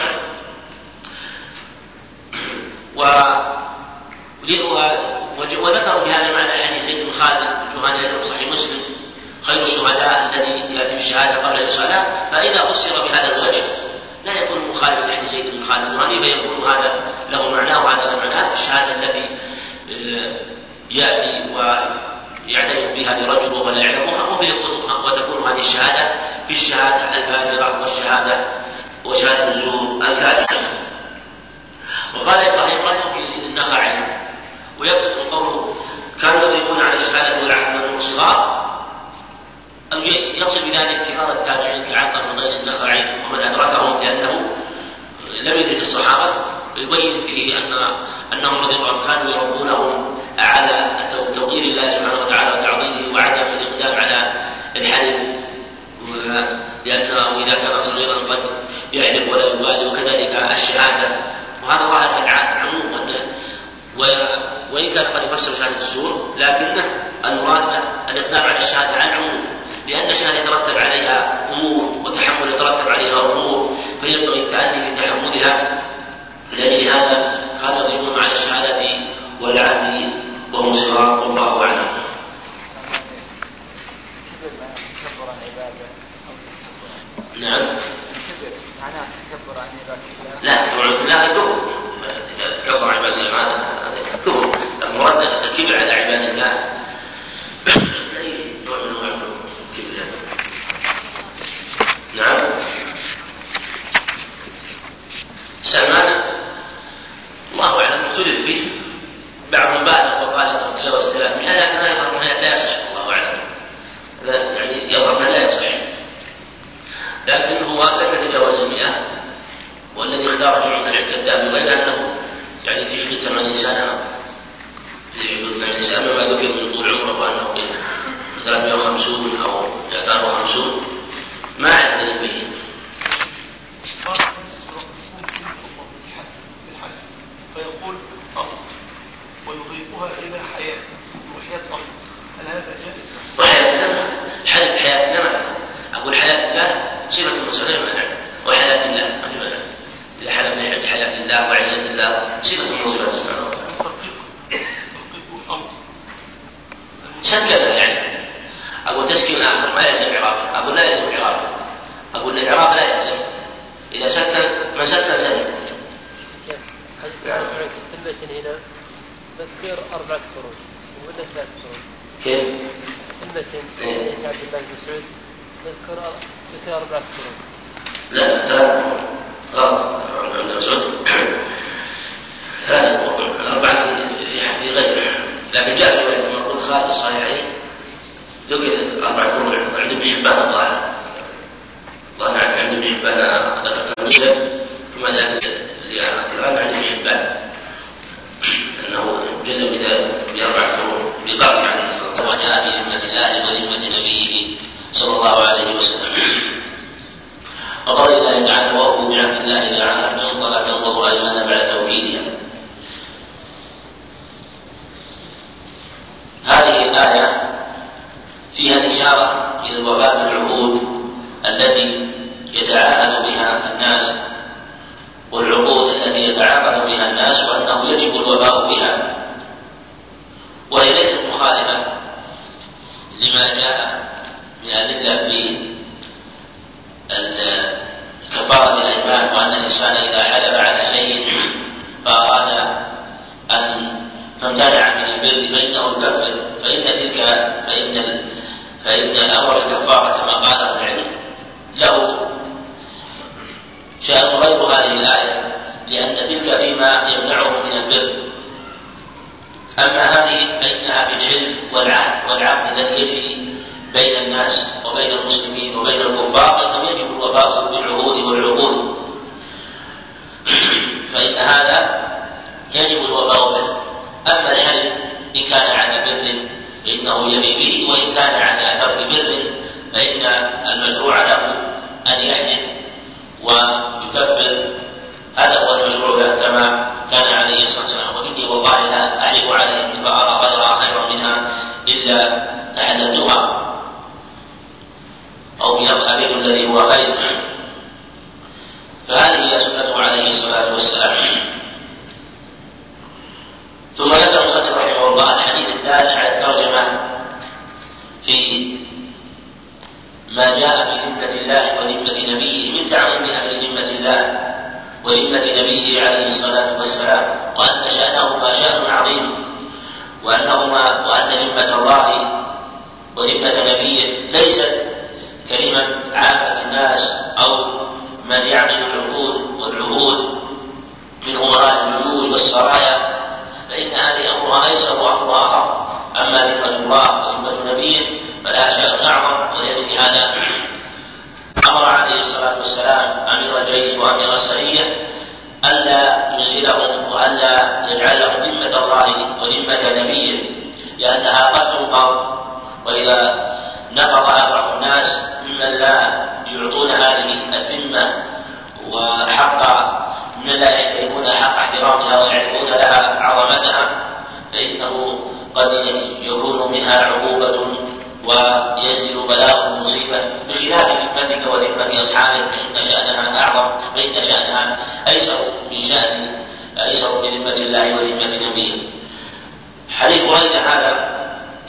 وذكروا بهذا المعنى حديث زيد بن خالد الجهني في صحيح مسلم خير الشهداء الذي يأتي بالشهادة قبل الصلاة. فإذا فسر بهذا الوجه لا يكون مخالف لحديث زيد بن خالد الجهني، فيكون هذا له معناه وهذا له معناه. الشهادة التي يأتي ويعترف بها لرجل وهو لا يعلمها، وتكون هذه الشهادة بالشهادة الفاجرة والشهادة وشهادة الزور الكاذبة. وقال إبراهيم رحمه يزيد النخعي ويقصد قوله كانوا يضربون على الشهادة والعهد وهم صغار، أو يقصد بذلك كبار التابعين كعطاء بن قيس النخعي ومن أدركهم، لأنه لم يدرك الصحابة، يبين فيه أن أنهم رضي الله عنهم كانوا يربونهم على توقير الله سبحانه وتعالى وتعظيمه وعدم الإقدام على الحلف، لأنه إذا كان صغيرا قد يحلف ولا يبالي، وكذلك الشهادة. وهذا ظاهر العموم، وإن كان قد يفسر شهادة الزور لكنه المراد الإقدام على الشهادة عن عموم، لأن الشهادة يترتب عليها أمور وتحمل يترتب عليها أمور، فينبغي التأني في تحملها. لأجل هذا كانوا يضربون على الشهادة والعهد وهم صغار، والله أعلم. نعم. لا لا كفر، إذا تكبر عباد الله هذا كفر. المراد الكبر على عباد الله نعم. سلمان الله أعلم اختلف فيه، بعضهم بالغ وقال انه تجاوز ثلاثمائة، لكن هذا يظهر انه لا يصح، الله أعلم، يعني يظهر انه لا يصح، لكن هو لم يتجاوز المئة. والذي اختار جمع من الكذاب غير انه يعني في حدود ثمانين سنة، في حدود ثمانين سنة وما ذكر من طول عمره وانه ثلاثمائة وخمسين او ثلاثمائة وخمسين ما يعتني به. فيقول أرض ويضيفها إلى حياة وحياة أرض، هل هذا جائز؟ وحياة النمى، حياة حياة النمى، أقول حياة الله صفة المسلمين منع، وحياة الله منع، لحياة بحياة الله وعزة الله صفة المسلمين سبحانه وتعالى. ترقيق ترقيق الأمر سكن يعني. أقول تسكين الآخر ما يلزم إعرابه، أقول لا يلزم إعرابه، أقول الإعراب لا يلزم، إذا سكن ما سكن سكن. المتن هنا ذكر أربعة فروض ولا ثلاث فروض؟ كيف؟ المتن عبد الله بن مسعود ذكر ذكر أربعة فروض. لا ثلاث غلط عند مسعود ثلاثة فروض، الأربعة في في غيره، لكن جاء في رواية كما قلت خالد الصحيحين ذكر أربعة فروض عند ابن حبان الله الله عند ابن حبان ذكر مسلم كما ذكر الأربعة عند ابن حبان أنه جزم بأربعة فروض بقول عليه الصلاة والسلام وجاء بذمة الله وذمة نبيه صلى الله عليه وسلم. وقال الله تعالى وأوفوا بعهد الله إذا عاهدتم ولا تنقضوا أيمانا بعد توكيدها. هذه الآية فيها الإشارة إلى الوفاء بالعهود التي يتعاهد بها الناس والعقود التي يتعاقد بها الناس وأنه يجب الوفاء بها، وهي ليست مخالفة لما جاء من أدلة في كفارة الأيمان، وأن الإنسان إذا حلف على شيء فأراد أن فامتنع من البر فإنه يكفر، فإن تلك فإن فإن الأمر الكفارة كما قال العلم له شأن غير هذه الآية، لأن تلك فيما يمنعه من البر. أما هذه فإنها في الحلف والعهد والعقد الذي يجري بين الناس وبين المسلمين وبين الكفار، فإنه يجب الوفاء بالعهود والعقود، فإن هذا يجب الوفاء به. أما الحلف إن كان على بر فإنه يفي به، وإن كان على ترك بر فإن المشروع له أن يحلف ويكفر، هذا هو المشروع له كما كان عليه الصلاة والسلام. وإني والله لا أحلف على إني فأرى غيرها خيرا منها إلا تحللتها، أو في أبيت الذي هو خير. فهذه هي سنته عليه الصلاة والسلام. ثم ذكر المصنف رحمه الله الحديث الدال على الترجمة في ما جاء في ذمة الله وذمة نبيه من تعظيمها لذمة الله وذمة نبيه عليه الصلاة والسلام، وأن شأنهما شأن عظيم، وأنهما وأن ذمة الله وذمة نبيه ليست كلمة عامة الناس أو من يعمل العقود والعهود من أمراء الجيوش والسرايا، فإن هذه أمرها أيسر وأمرها أخف. أما ذمة الله وذمة نبيه فلا شأن أعظم، ولأجل هذا أمر عليه الصلاة والسلام أمير الجيش وأمير السرية ألا ينزلهم وألا يجعل لهم ذمة الله وذمة نبيه، لأنها قد تنقض، وإذا نقضها بعض الناس ممن لا يعطون هذه الذمة وحق من لا يحترمون حق احترامها ويعرفون لها عظمتها، فإنه قد يكون منها عقوبة وينزل بلاء مصيبة، بخلاف ذمتك وذمة أصحابك فإن شأنها أعظم، فإن شأنها أيسر من شأن أيسر بذمة الله وذمة نبيه. حديث بريدة هذا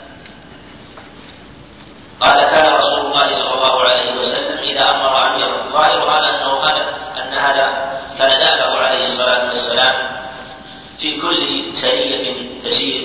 قال كان رسول الله صلى الله عليه وسلم إذا أمر أميرا، ظاهر هذا أنه قال أن هذا كان دابه عليه الصلاة والسلام في كل سرية تسير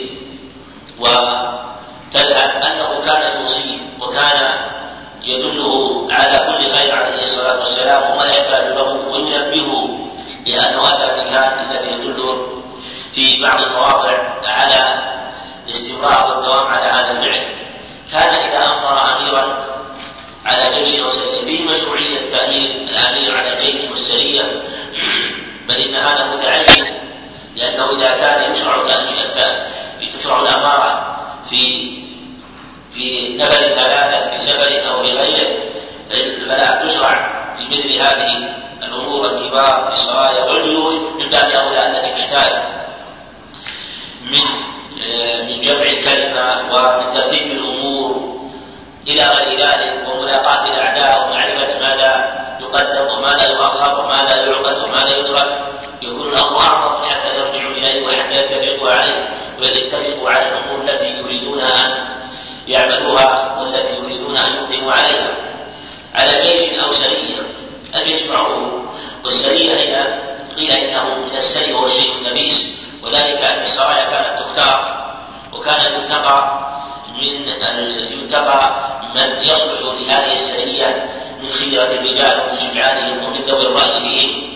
وتذهب أنه كان يوصيه وكان يدله على كل خير عليه الصلاة والسلام وما يحتاج له وينبهه، لأنه أتى بكان التي يدل في بعض المواضع على الاستمرار والدوام على هذا الفعل. كان إذا أمر أميرا على جيش وسرية فيه مشروعية تأمير الأمير على الجيش والسرية، بل إن هذا متعين، لأنه إذا كان يشرع تشرع الأمارة في في نفر ثلاثة في سفر أو بغيره، فلا تشرع في مثل هذه الأمور الكبار في السرايا والجيوش، من باب أولى التي تحتاج من من جمع الكلمة ومن ترتيب الأمور إلى غير ذلك، وملاقاة الأعداء ومعرفة ماذا يقدم وماذا يؤخر وماذا يعقد وماذا يترك، يكون الأمر أعظم حتى يرجعوا إليه وحتى يتفقوا عليه ويتفقوا على الأمور التي يريدون أن يعملوها والتي يريدون أن يقدموا عليها على جيش أو سرية. الجيش معروف، والسرية هي قيل إنه من السري وهو الشيء النبيس، وذلك أن السرايا كانت تختار وكان ينتقى من ينتقى من يصلح لهذه السرية من خيرة الرجال ومن شجعانهم ومن ذوي الرأي فيهم.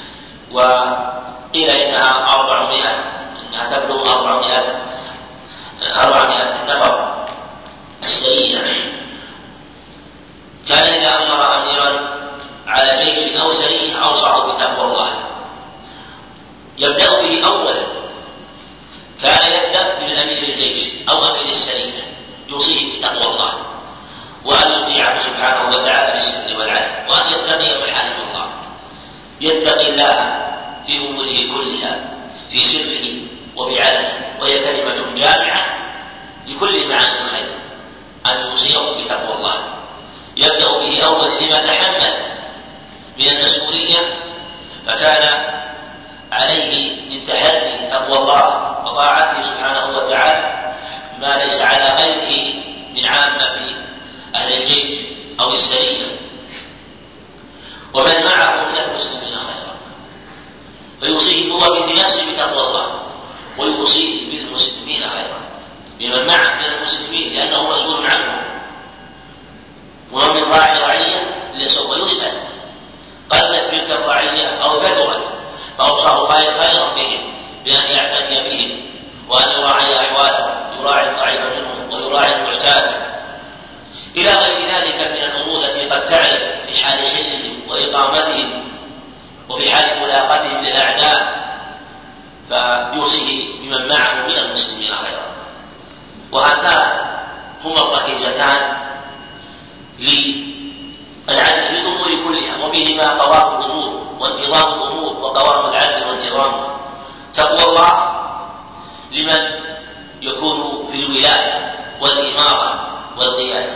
وقيل إنها أربعمائة إنها تبلغ أربعمائة أربعمائة نفر السرية. كان إذا أمر أميرا على جيش أو سرية أوصاه بتقوى الله، يبدأ به أولا. كان يبدأ بالأمير الجيش أو أمير السرية يوصيه بتقوى الله، وأن يطيعه سبحانه وتعالى بالسر والعدل، وأن يتقي محارم الله، يتقي الله في أموره كلها في سره وبعلنه، وهي كلمة جامعة لكل معاني الخير، أن يوصيه بتقوى الله. يبدأ به أولا لما تحمل من المسؤولية، فكان عليه من تحري تقوى الله وطاعته سبحانه وتعالى ما ليس على غيره من عامة أهل الجيش أو السرية ومن معه من المسلمين خيرا، فيوصيه هو بنفسه بتقوى الله، ويوصيه بالمسلمين خيرا، بمن معه من المسلمين، لأنه مسؤول عنه، ومن راعي رعية لسوف يسأل قلت تلك الرعية أو كثرت، فأوصاه خيرا بهم بأن يعتني بهم وأن يراعي أحوالهم، يراعي الضعيف منهم ويراعي المحتاج إلى غير ذلك من الأمور التي قد تعرف في حال حلهم وإقامتهم وفي حال ملاقتهم للأعداء، فيوصيه بمن معه من المسلمين خيرا. وهاتان هما الركيزتان للعدل في الأمور كلها، وبهما قوام الأمور وانتظام الأمور وقوام العدل وانتظامه. تقوى الله لمن يكون في الولاية والإمارة والقيادة،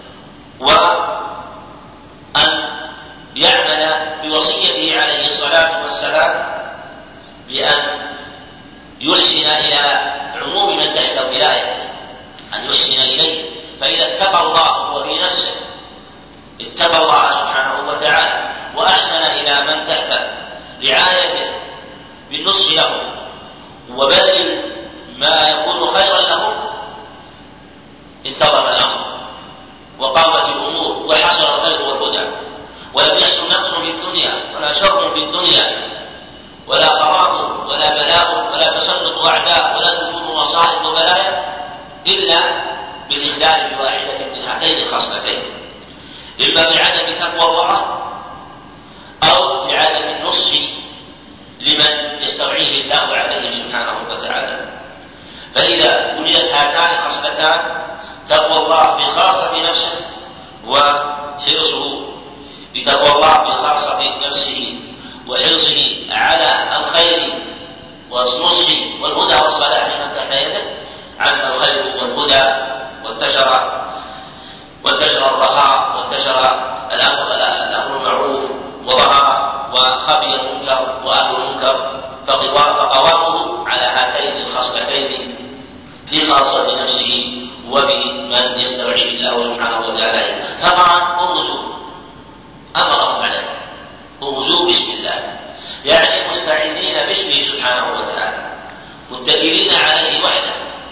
وأن يعمل بوصيته عليه الصلاة والسلام بأن يحسن إلى عموم من تحت ولايته، أن يحسن إليه. فإذا اتقى الله هو في نفسه اتقى الله سبحانه وتعالى وأحسن إلى من تحت رعايته بالنصح لهم وبذل ما يكون خيرا لهم، انتظم الأمر وقامت الأمور وحصل الخير والهدى، ولم يحصل نقص في الدنيا ولا شر في الدنيا ولا خراب ولا بلاء ولا تسلط أعداء ولا نزول مصائب وبلايا إلا بالإخلال بواحدة من هاتين الخصلتين، إما بعدم تقوى الله أو بعدم النصح لمن يسترعيه الله عليه سبحانه وتعالى. فإذا وجدت هاتان الخصلتان تقوى الله في خاصة نفسه وحرصه بتقوى الله في خاصة نفسه وحرصه على الخير والنصح والهدى والصلاح لمن تحت يده، عم الخير والهدى وانتشر وانتشر الرخاء وانتشر الأمر الأمر المعروف وظهر وخفي المنكر وأهل المنكر، فقوامه على هاتين الخصلتين في خاصة نفسه وفي من يستوعب الله سبحانه وتعالى. فطبعا اغزوا أمرهم عليك، اغزوا بسم الله، يعني مستعينين باسمه سبحانه وتعالى متكلين عليه وحده،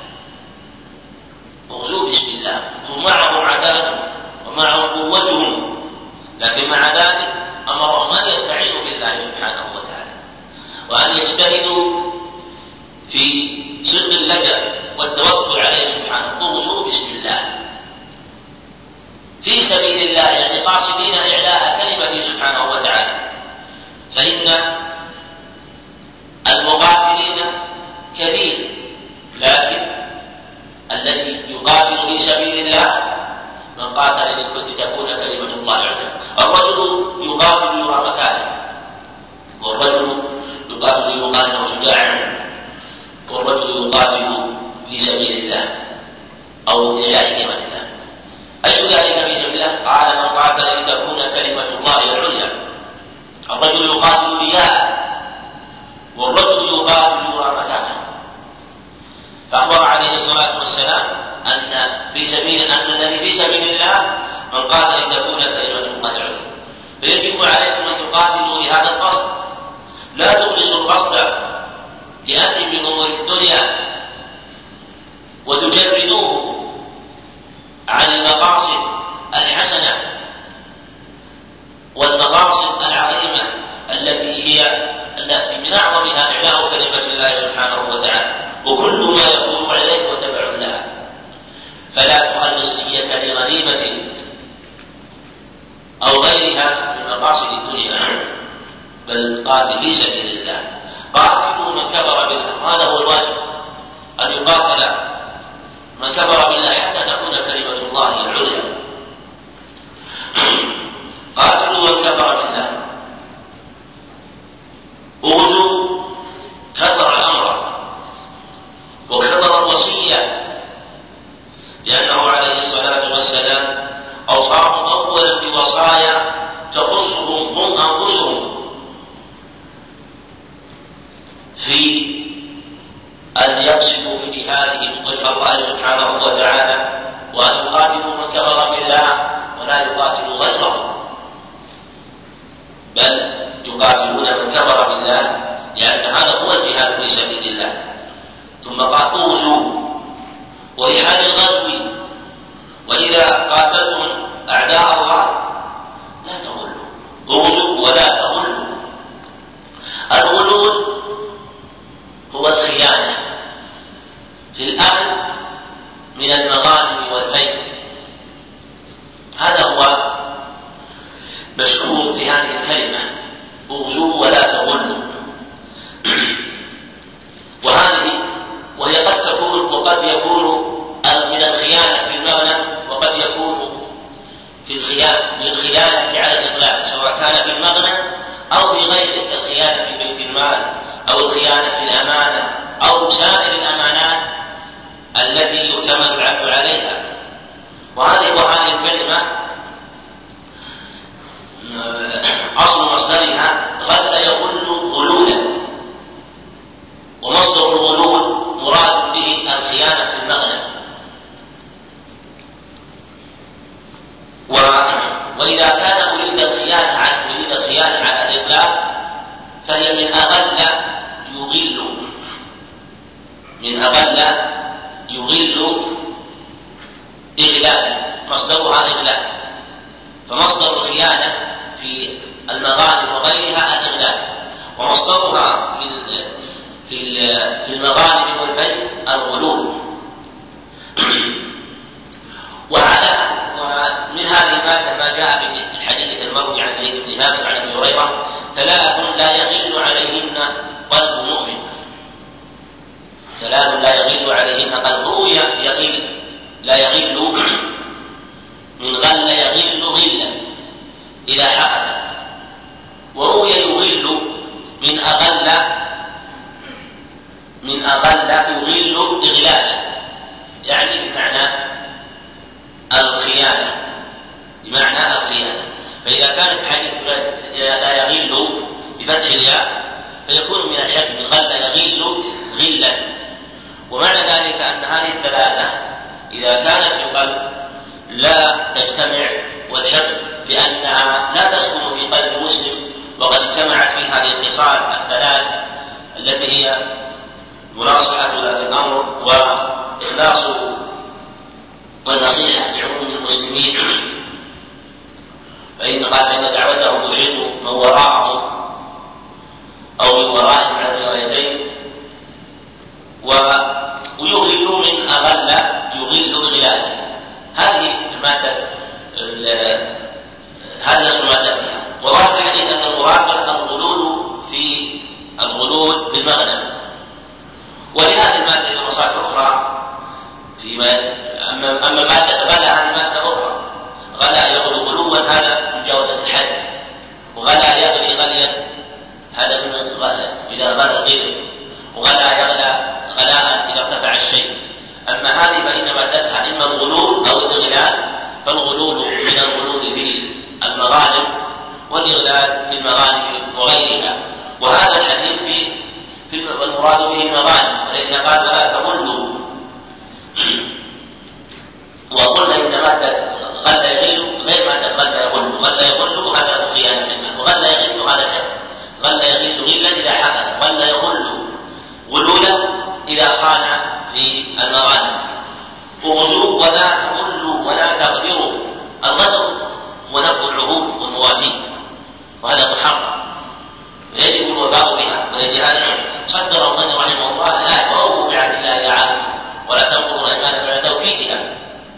اغزوا بسم الله. ثم معهم عتاد ومعهم قوتهم، لكن مع ذلك أمرهم أن يستعينوا بالله سبحانه وتعالى وأن يجتهدوا في صدق اللجأ والتوكل عليه سبحانه. اغزوا بسم الله في سبيل الله، يعني قاصدين إعلاء كلمته سبحانه وتعالى، فإن المقاتلين كثير، لكن الذي يقاتل في سبيل الله من قاتل لتكون كلمة الله عليا. الرجل يقاتل يرى مكانه، والرجل يقاتل يقال له شجاعا، والرجل يقاتل في سبيل الله أو إعلاء كلمة الله. أي ذلك في سبيل الله؟ قال من قاتل لتكون كلمة الله العليا. الرجل يقاتل رياء، والرجل يقاتل يرى مكانه. فأخبر عليه الصلاة والسلام أن في سبيل أن الذي في سبيل الله من قاتل لتكون كلمة الله العليا. فيجب عليكم أن تقاتلوا لهذا القصد، لا تخلصوا القصد لأمر من أمور الدنيا وتجردوه عن المقاصد الحسنة والمقاصد العظيمة التي هي التي من أعظمها إعلاء كلمة الله سبحانه وتعالى، وكل ما يكون عليك وتبع لها. فلا تخلص نية لغنيمة أو غيرها من مقاصد الدنيا، بل قاتل في سبيل الله. قاتلوا من كفر بالله، هذا هو الواجب، أن يقاتل من كفر بالله حتى تكون كلمة الله العليا. قاتلوا من كفر بالله، اغزوا كثر الأمر وكثر الوصية، لأنه عليه الصلاة والسلام أوصاهم أولا بوصايا تخصهم هم أنفسهم في أن يقصدوا بجهادهم وجه الله سبحانه وتعالى، وأن يقاتلوا من كفر بالله ولا يقاتلوا غيره، بل يقاتلون من كفر بالله، لأن هذا هو الجهاد في سبيل الله. ثم قال اوزوا، ولحال الغزو وإذا قاتلتم أعداء الله لا تغلوا، اوزوا ولا تغلوا. الغلول هو الخيانة في الأخذ من المغانم والفيء، هذا هو مشهور في هذه الكلمة، اغزوا ولا تغلوا. وهذه وهي قد تكون وقد يكون من الخيانة في المغنم، وقد يكون في الخيانة من الخيانة على الإغلاق، سواء كان في المغنم أو بغيره كالخيانة في بيت المال أو الخيانة في الأمانة أو سائر الأمانات التي يؤتمن العبد عليها. وهذه وهذه الكلمة أصل مصدرها غل يغل غلولا، ومصدر الغلول مراد به الخيانة في المغنم. و... وإذا كان أريد الخيانة عن أريد الخيانة على الإطلاق فهي من أغل يغل، من أغل يغل إغلالا، مصدرها إغلال. فمصدر الخيانة في المغانم وغيرها الإغلال، ومصدرها في في في المغانم والفيء الغلول. وعلى ومن هذه المادة ما جاء في الحديث المروي عن زيد بن ثابت عن ابي هريرة: ثلاث لا يغل عليهن قلب مؤمن. ثلاث لا يغل عليهن قلبه، يغل لا يغل من غل يغل غلا إذا حقد، وروي يغل من أغل من أغل يغل إغلالا، يعني بمعنى الخيانة، بمعنى الخيانة. فإذا كان الحديث لا يغل بفتح الياء فيكون من الشك، من غل يغل غلا. ومعنى ذلك أن هذه الثلاثة إذا كانت في القلب لا تجتمع والحقد، لأنها لا تسكن في قلب المسلم، وقد اجتمعت في هذه الخصال الثلاث التي هي مناصحة ولاة الأمر وإخلاص والنصيحة لعموم المسلمين. فإن قال إن دعوته تحيط من وراءهم أو من ورائهم على الروايتين. ويغل من أغل يغل إغلالا. هذه المادة هذه أصل مادتها. وظاهر الحديث أن المراد الغلول في الغلول في المغنم. ولهذه المادة إلى مصادر أخرى فيما أما أما مادة غلا هذه مادة أخرى. غلا يغلو غلوا هذا مجاوزة الحد، وغلا يغلي غليا هذا من الغلا إذا غلا الغير، وغلا يغلى غلاء إذا ارتفع الشيء. أما هذه فإن مادتها إما الغلول أو الإغلال، فالغلول من الغلول في المغانم والإغلال في المغانم وغيرها. وهذا الحديث في في المراد به المغانم، ولذا قال ولا تغلوا في المغانم. اغزوا ولا تغلوا ولا تغدروا. الغدر هو نقض العهود والمواثيق، وهذا محرم يجب الوفاء بها. ولهذا صدر الخضر رحمه الله الآية: وأوفوا بعهد الله إذا عاهدتم ولا تنقضوا الأيمان بعد توكيدها.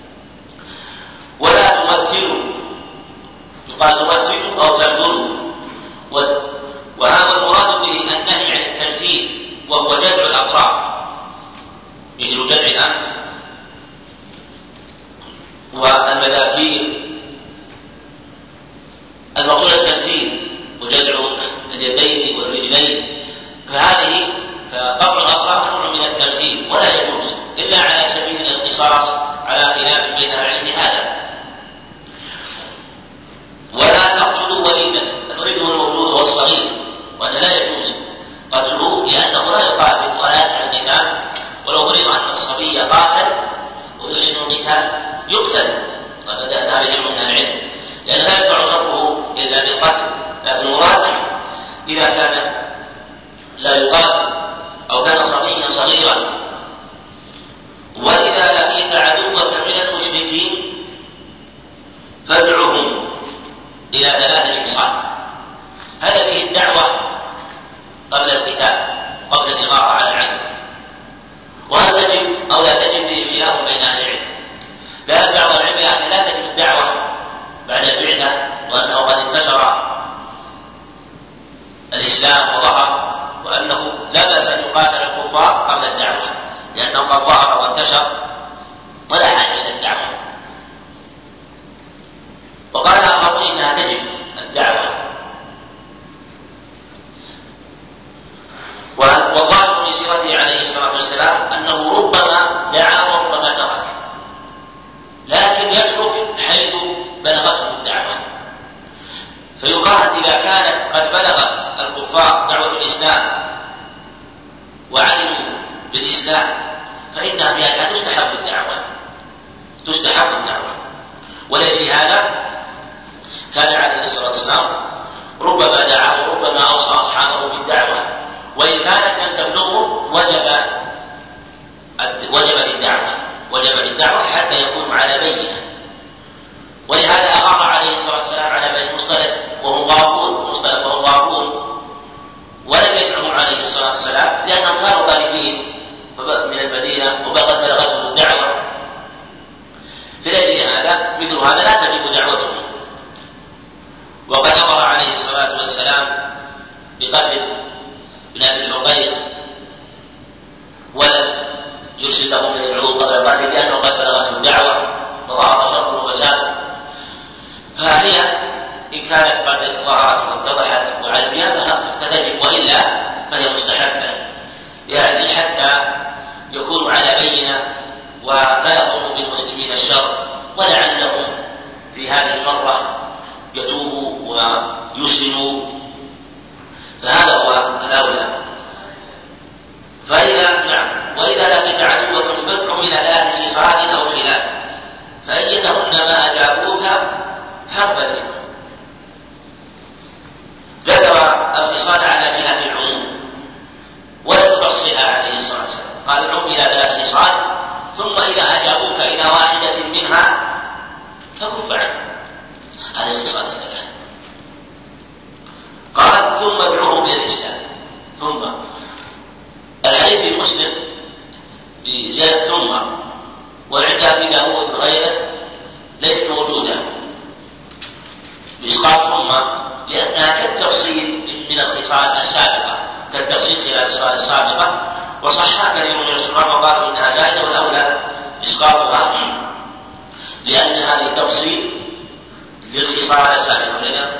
ولا تمثلوا، يقال تمثلوا أو تبذلوا، وهذا المراد به النهي عن التمثيل، وهو جدع الأطراف مثل جدع الأنف والمذاكير. المقصود التمثيل وجدع اليدين والرجلين، فهذه فقطع الأطراف نوع من التمثيل ولا يجوز إلا على سبيل القصاص على خلاف بين العلم هذا. ولا تقتلوا وليدا، الوليد هو المولود والصغير، وأن لا يجوز قتله لأنه لا يقاتل ولا يفعل القتال، ولو فرض أن الصبي قاتل ويحسن القتال يقتل، قد بدأ ذلك من العلم، لأن لا يدفع صرفه إلا بالقتل. لكن المراد إذا كان لا يقاتل أو كان صبيا صغيرا. وإذا لقيت عدوك من المشركين فادعهم إلى ثلاث خصال. هذا فيه الدعوة قبل القتال، قبل الإغارة على العدو. وهل تجب أو لا تجب فيه خلاف بين أهل العلم. لا بعض العلم يعني لا تجب الدعوة بعد البعثة، وأنه قد انتشر الإسلام وظهر، وأنه لا بأس أن يقاتل الكفار قبل الدعوة لأنه قد ظهر وانتشر ولا حاجة إلى الدعوة. وقال آخرون إنها تجب الدعوة. والظاهر من سيرته عليه الصلاة والسلام أنه ربما دعا وربما ترك، لكن يترك حيث بلغته الدعوة. فيقال إذا كانت قد بلغت الكفار دعوة الإسلام وعلموا بالإسلام فإنها بها تستحب الدعوة تستحب الدعوة ولأجل هذا كان عليه الصلاة والسلام ربما دعا وربما أوصى أصحابه بالدعوة، وإن كانت لم تبلغه وجب وجبت الدعوة وجبت الدعوة حتى يكون على بينة. ولهذا أغار عليه الصلاة والسلام على بني المصطلق وهم غابون مصطلق وهم غابون ولم يدعهم عليه الصلاة والسلام لأنهم كانوا غالبين من المدينة وقد بلغتهم الدعوة. فلأجل هذا مثل هذا لا تجب دعوته. وقد أمر عليه الصلاة والسلام بقتل ابن أبي الحقيق ولم يرسل له من العلوم قبل القتل لأنه قد بلغته الدعوة وظهر شر وفساد. فهي إن كانت قد ظهرت واتضحت وعلم بها فتجب، وإلا فهي مستحبة يعني حتى يكون على بينة وما يظن بالمسلمين الشر، ولعلهم في هذه المرة يتوبوا ويسلموا، فهذا هو الأولى. فإذا نعم وإذا لقيت عدوك فادعهم إلى ثلاث خصال أو خلاف فأيتهن ما أجابوك فاقبل منهم. ذكر الخصال على جهة العموم ولم يفصلها عليه الصلاة والسلام، قال ادعهم إلى ثلاث خصال ثم إذا أجابوك إلى واحدة منها فكف عنهم. هذه الخصال الثلاث. قال ثم ادعوهم إلى الإسلام. ثم الحديث في مسلم بزيادة ثم وعند أبي داود وغيره ليست موجودة بإسقاط ثم لأنها كالتفصيل من الخصال السابقة كالتفصيل خلال الخصال السابقة، وصحها كثير من الشرح وقالوا إنها زائدة والأولى إسقاطها لأن هذه تفصيل للخصال السابقة.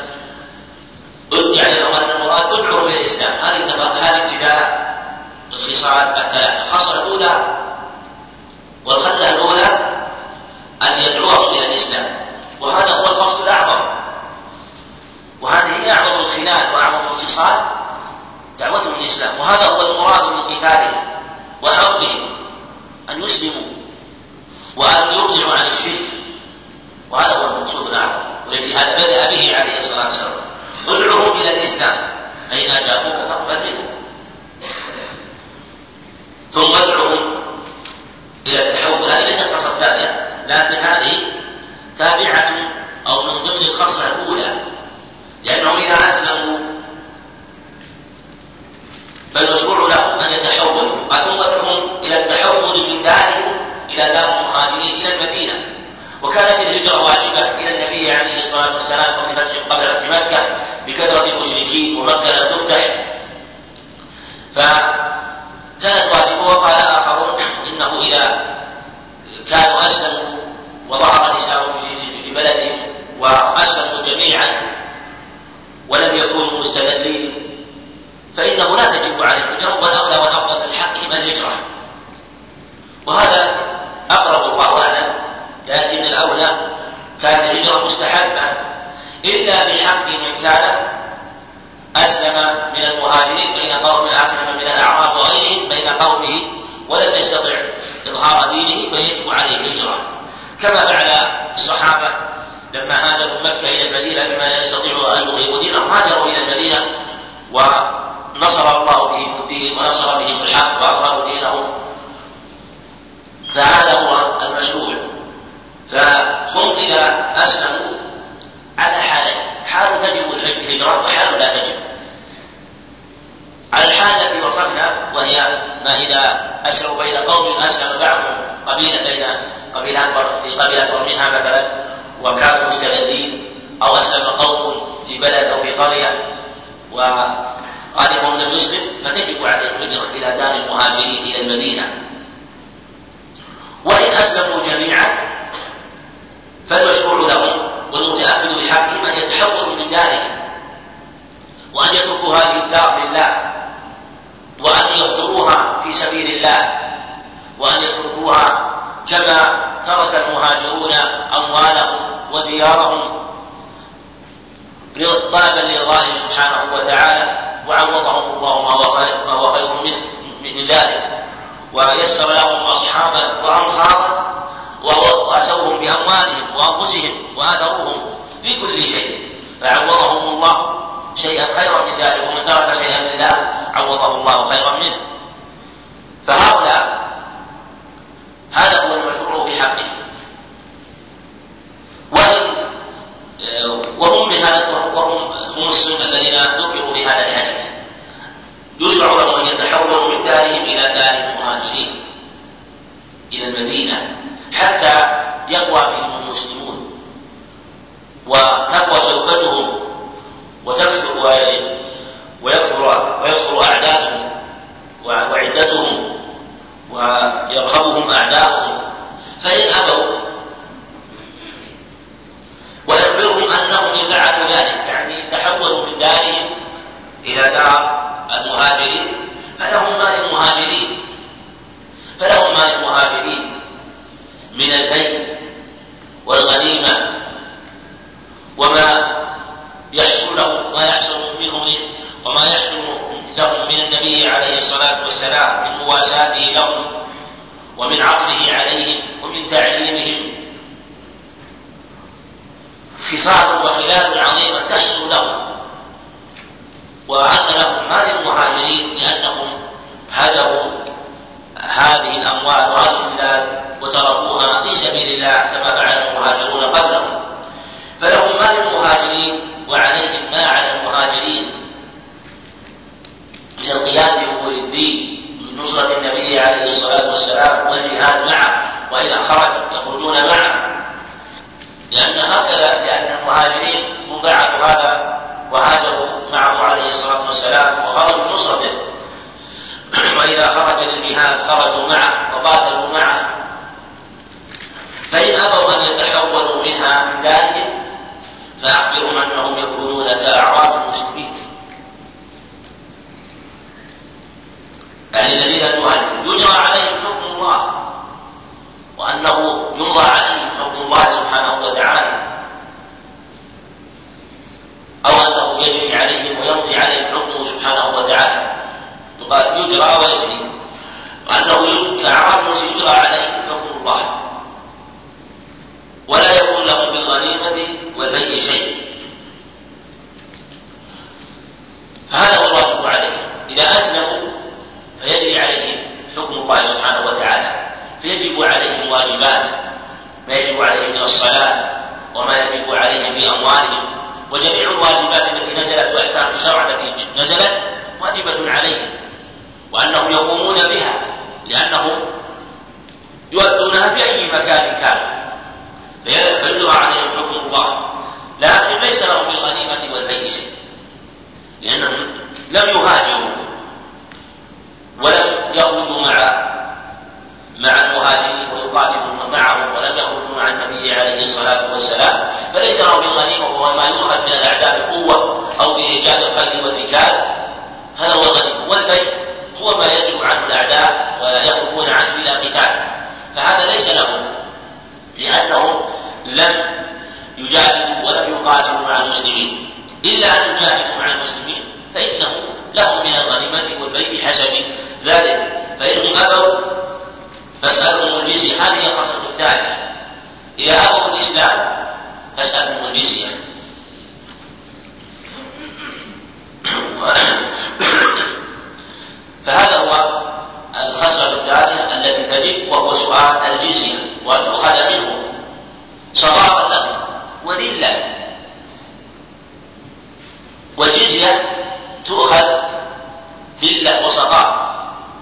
يعني لو أن المراد ادعوا بالإسلام هذه هذه ابتداء الخصال الثلاثة. الخصلة الأولى والخلة الأولى أن يدعوهم إلى الإسلام، وهذا هو الفصل الأعظم، وهذه هي أعظم الخلال وأعظم الخصال دعوتهم الإسلام، وهذا هو المراد من قتالهم وحربهم أن يسلموا وأن يقلعوا عن الشرك، وهذا هو المقصود الأعظم. ولذلك هذا بدأ به عليه الصلاة والسلام ادعوهم إلى الإسلام فإن أجابوك فاقبل منهم. ثم ادعوهم لكن هذه تابعة أو من ضمن الخصلة الأولى، لأنهم إذا أسلموا فالمشروع لهم أن يتحولوا، أتنظرهم إلى التحول من دارهم إلى دار المهاجرين إلى المدينة. وكانت الهجرة واجبة إلى النبي عليه الصلاة والسلام قبل فتح مكة بكثرة المشركين ومكة لم تفتح، فكانت واجبة. وقال آخرون إنه إذا كانوا أسلموا وظهر نساء في بلدهم وأسلموا جميعا ولم يكونوا مستذلين فإنه لا تجب عليهم الهجرة، والأولى والأفضل من حقهم الهجرة. وهذا أقرب الله أعلم، لكن الأولى كان الهجرة مستحبة إلا بحق من كان أسلم من المهاجرين بين قوم أسلم من الأعراب وغيرهم بين قومه ولم يستطع إظهار دينه فيجب عليه الهجرة، كما فعل الصحابة لما هاجروا مكة إلى المدينة لما يستطيعوا أن يظهروا دينهم هاجروا إلى المدينة ونصر الله بهم الدين ونصر بهم الحق وأظهروا دينهم، فهذا هو المشروع. فهم إذا أسلموا على حاله، حال تجب الهجرة وحال لا تجب. على الحال التي وصلنا وهي ما إذا أسلموا بين قوم أسلم بعضهم قبيلة بين قبيلات في قبيلة منها مثلا وكانوا مستغلين، أو أسلم قوم في بلد أو في قرية وغالبهم لم يسلم فتجب عليهم الهجرة إلى دار المهاجرين إلى المدينة. وإن أسلموا جميعا فالمشروع لهم والمتأكد بحقهم أن يتحولوا من دارهم وأن يتركوا هذه الدار لله وأن يبتغوها في سبيل الله وأن يتركوها كما ترك المهاجرون أموالهم وديارهم طلبا لله سبحانه وتعالى، وعوضهم الله ما هو خير من ذلك، ويسر لهم أصحابا وأنصارا وأسوهم بأموالهم وأنفسهم وآثروهم في كل شيء، فعوضهم الله شيئا خيرا من ذلك، ومن ترك شيئا لله عوضه الله خيرا منه. فهؤلاء هذا هو المشروع في حقه. وإن وهم من هذا وهم هم الذين ذكروا في هذا الحديث يشرع لهم أن يتحولوا من دارهم إلى دار المهاجرين إلى المدينة حتى يقوى بهم المسلمون وتقوى شوكتهم وتكثر ويكثر ويكثر أعدادهم وعدتهم ويرهبهم أعداؤهم. فإن أبوا ويخبرهم أنهم إن فعلوا ذلك يعني تحولوا من دارهم إلى دار المهاجرين فلهم ما للمهاجرين فلهم ما للمهاجرين من الكي والغنيمة وما يحصل لهم ما يحصل منهم وما يحصل لهم من النبي عليه الصلاة والسلام من مواساته لهم ومن عطفه عليهم ومن تعليمهم خصال وخلال عظيمة تحصل لهم، وأن لهم ما للمهاجرين لأنهم هجروا هذه الأموال وهذه البلاد وتركوها في سبيل الله كما فعل المهاجرون قبلهم، فلهم ما للمهاجرين وعليهم ما على المهاجرين من القيام بأمور الدين من نصرة النبي عليه الصلاة والسلام والجهاد معه، وإذا خرج يخرجون معه، لأن هكذا لأن المهاجرين هم فعلوا هذا وهاجروا معه عليه الصلاة والسلام وخرجوا نصرته، وإذا خرج للجهاد خرجوا معه وقاتلوا معه. فإن أبوا أن يتحولوا منها من دارهم فأخبرهم أنهم يكونون كأعراب المسلمين، يعني الذين المهاجرين يجرى عليهم حكم الله وأنه يمضى عليهم حكم الله سبحانه وتعالى، أو أنه يجري عليهم ويمضي عليهم حكمه سبحانه وتعالى، يقال يجرى ويجري، وأنه كأعراب المسلمين يجرى عليهم حكم الله ولا يكون لهم بالغنيمة والفيء شيء. فهذا هو الواجب عليهم، إذا أسلموا فيجري عليهم حكم الله سبحانه وتعالى، فيجب عليهم واجبات ما يجب عليهم من الصلاة وما يجب عليهم في أموالهم، وجميع الواجبات التي نزلت وأحكام الشرع التي نزلت واجبة عليهم، وأنهم يقومون بها لأنهم يؤدونها في أي مكان كان، فيجرى عليهم حكم الله. لكن ليس لهم بالغنيمة والفيء شيء، لأنهم لم يهاجروا ولم يخرجوا مع مع المهاجرين ويقاتلون معهم، ولم يخرجوا مع النبي عليه الصلاة والسلام، فليس لهم بالغنيمة وهو ما يؤخذ من الأعداء بقوة أو بإيجاد الخيل والركاب، هذا هو الغنيمة. والفيء هو ما يجب عنه الأعداء ويخرجون عنه إلى قتال، فهذا ليس لهم لأنهم لم يجاهدوا ولم يقاتلوا مع المسلمين. إلا أن يجاهدوا مع المسلمين فإنه لهم من الغنيمة والفيء بحسب ذلك. فإنهم أبوا فاسألهم الجزية، هذه هي الخصلة الثانية. إذا أبوا الإسلام فاسألهم الجزية. فهذا هو الخصلة الثانية التي تجب، وهو سؤال الجزية، وأن تؤخذ منه صغارا له وذلا. والجزية تؤخذ ذلة وصغار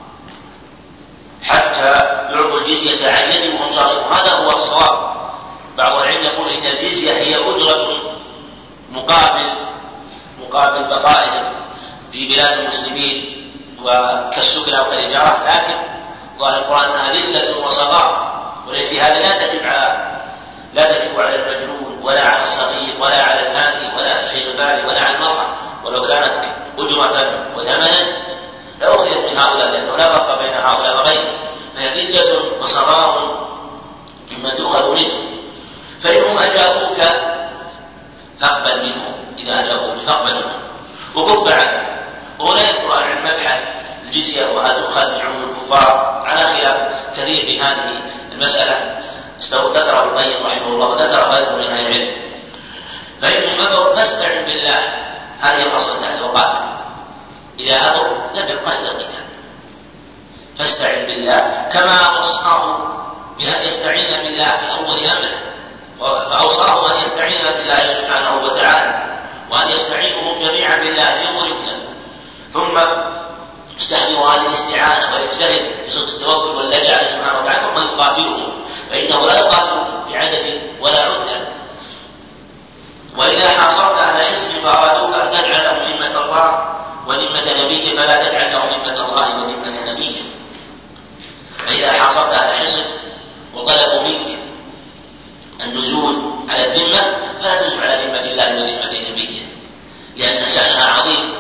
حتى يعطوا الجزية عن يد وهم صغيرون، هذا هو الصواب. بعض العلم يقول إن الجزية هي أجرة مقابل مقابل بقائهم في بلاد المسلمين وكالسكن أو كالإجارة، لكن ظاهر القرآن أنها ذلة وصغار، ولكن هذا لا تجب على لا تجب على المجنون ولا على الصغير ولا على الهادي ولا الشيخ البالغ ولا على المرأة، ولو كانت أجرة وثمنا لأخذت من هؤلاء، لأنه لا فرق بين هؤلاء وغيرهم، فهي ذلة وصغار مما تؤخذ منه. فإنهم أجابوك فاقبل منهم، إذا أجابوك فاقبل منهم وكف عنهم. وهنا يذكر عن مبحث الجزية وهل تؤخذ من عموم الكفار على خلاف كثير في هذه المسألة، ذكره القيم رحمه الله وذكر غيره من أهل العلم. فإنهم أبوا فاستعن بالله، هذه الخصلة الثانية، وقاتل. إذا أبوا لم يبقى إلا القتال، فاستعن بالله كما وصاه بأن يستعين بالله في أول أمره، فأوصاه أن يستعين بالله سبحانه وتعالى وأن يستعينهم جميعا بالله ليملكنا، ثم يستحضر هذه الاستعانة ويجتهد في صدق التوكل واللجأ عليه سبحانه وتعالى، ثم يقاتلهم، فإنه لا يقاتل بعدد ولا عدة. وإذا حاصرت أهل حصن فأرادوك أن تجعلهم ذمة الله وذمة نبيه فلا تجعل لهم ذمة الله وذمة نبيه. فإذا حاصرت أهل حصن وطلبوا منك النزول على الذمة فلا تنزل على ذمة الله وذمة نبيه، لأن شأنها عظيم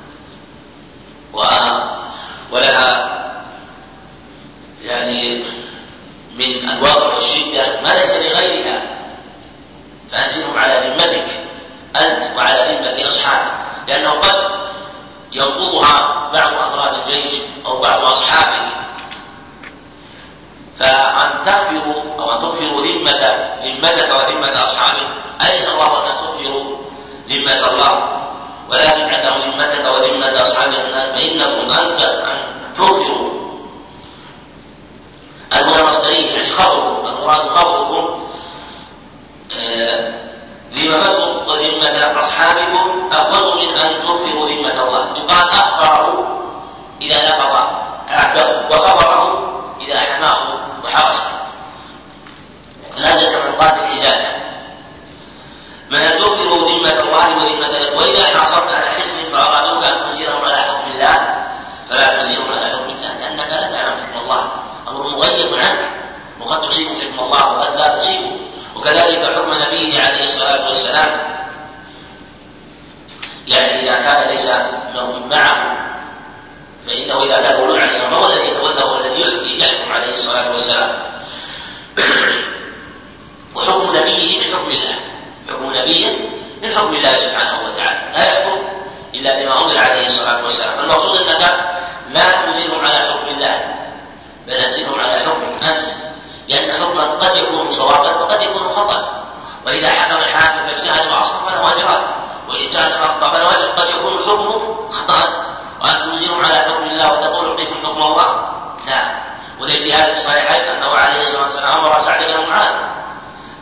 ولها يعني من الوضع والشدة ما ليس لغيرها، فأنزلهم على ذمتك أنت وعلى ذمة أصحابك، لأنه قد ينقضها بعض أفراد الجيش أو بعض أصحابك، فأن تغفروا أو أن تغفروا ذمة ذمتك وذمة أصحابك أليس الله أن تغفروا ذمة الله ولا تجعل له ذمتك وذمة أصحابك، فإنكم أنت أن تغفروا. المراد مصدريه يعني خبركم، المراد خبركم ذمتكم وذمة أصحابكم أفضل من أن تغفروا ذمة الله. يقال أخبره إذا نقض عهده وخبره إذا حماه وحرسه، لا جد من قال الإجابة ما تغفروا ذمة الله وذمة. وإذا حاصرت على حصن فأرادوك أن تنزلهم على حكم الله فلا تنزلهم على حكم الله، لأنك لا تعلم حكم الله، أمر مغيب عنك، وقد تصيب حكم الله وقد لا تصيبه. وكذلك حكم نبيه عليه الصلاة والسلام، يعني إذا كان ليس له معه فإنه إذا كان ولو عليه فهو الذي يتولى هو الذي يحكم عليه الصلاة والسلام. وحكم نبيه من حكم الله، حكم نبيه من حكم الله سبحانه وتعالى، لا يحكم إلا بما أمر عليه الصلاة والسلام. المقصود أنك لا تنزلهم على حكم الله بل تنزلهم على حكمك أنت، لأن حكمك قد يكون صوابا وقد يكون خطأ، وإذا حكم الحاكم فاجتهد وأصاب فله أجران، وإن اجتهد فأخطأ فله أجر. قد يكون حكمه خطأ وأن تنزلهم على حكم الله وتقول أعطيكم حكم الله، لا. وليس في هذه الصحيحين أنه عليه الصلاة والسلام أمر سعد بن معاذ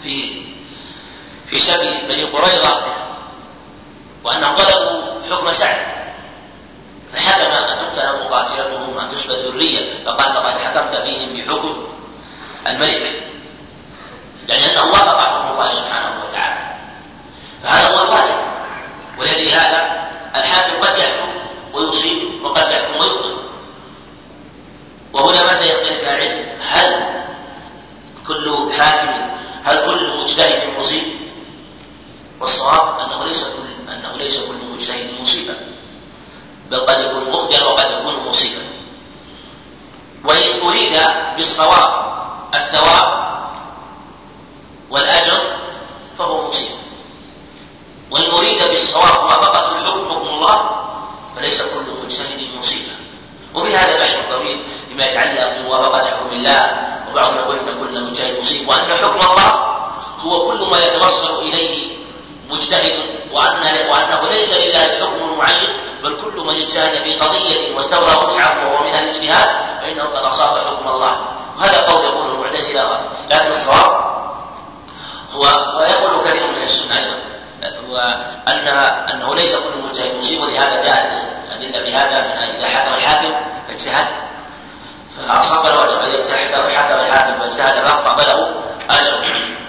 في في سبي بني قريظة وأنهم طلبوا حكم سعد، فحكم أن تقتل مقاتلتهم وأن تسبى الذرية، فقال لقد حكمت فيهم بحكم الملك، يعني أنه وافق حكم الله سبحانه وتعالى، فهذا هو الواجب. ولأجل هذا الحاكم قد يحكم ويصيب وقد يحكم ويخطئ. وهنا ما سيختلف العلم، هل كل حاكم هل كل مجتهد مصيب؟ والصواب أنه ليس كل أنه ليس كل مجتهد مصيبا، بل قد يكون مخطئا وقد يكون مصيبا. وإن أريد بالصواب الثواب والأجر فهو مصيب، وإن أريد بالصواب موافقة الحكم حكم الله فليس كل مجتهد مصيبا. وفي هذا بحث طويل فيما يتعلق بموافقة حكم الله، وبعضهم يقول أن كل مجتهد مصيب، وأن حكم الله هو كل ما يتوصل إليه مجتهد، وأنه ليس لله حكم معين، بل كل من اجتهد في قضية واستغرى وسعه وهو من الاجتهاد فإنه قد أصاب حكم الله. وهذا قول يقول المعتزلة، لكن الصواب هو ويقول كثير من السنة أيضا وأن أنه ليس كل مجتهد مصيب، ولهذا جاء الأدلة في هذا من إذا حكم الحاكم فاجتهد فأصاب الواجب، إذا حكم الحاكم فاجتهد فأخطأ فله أجر.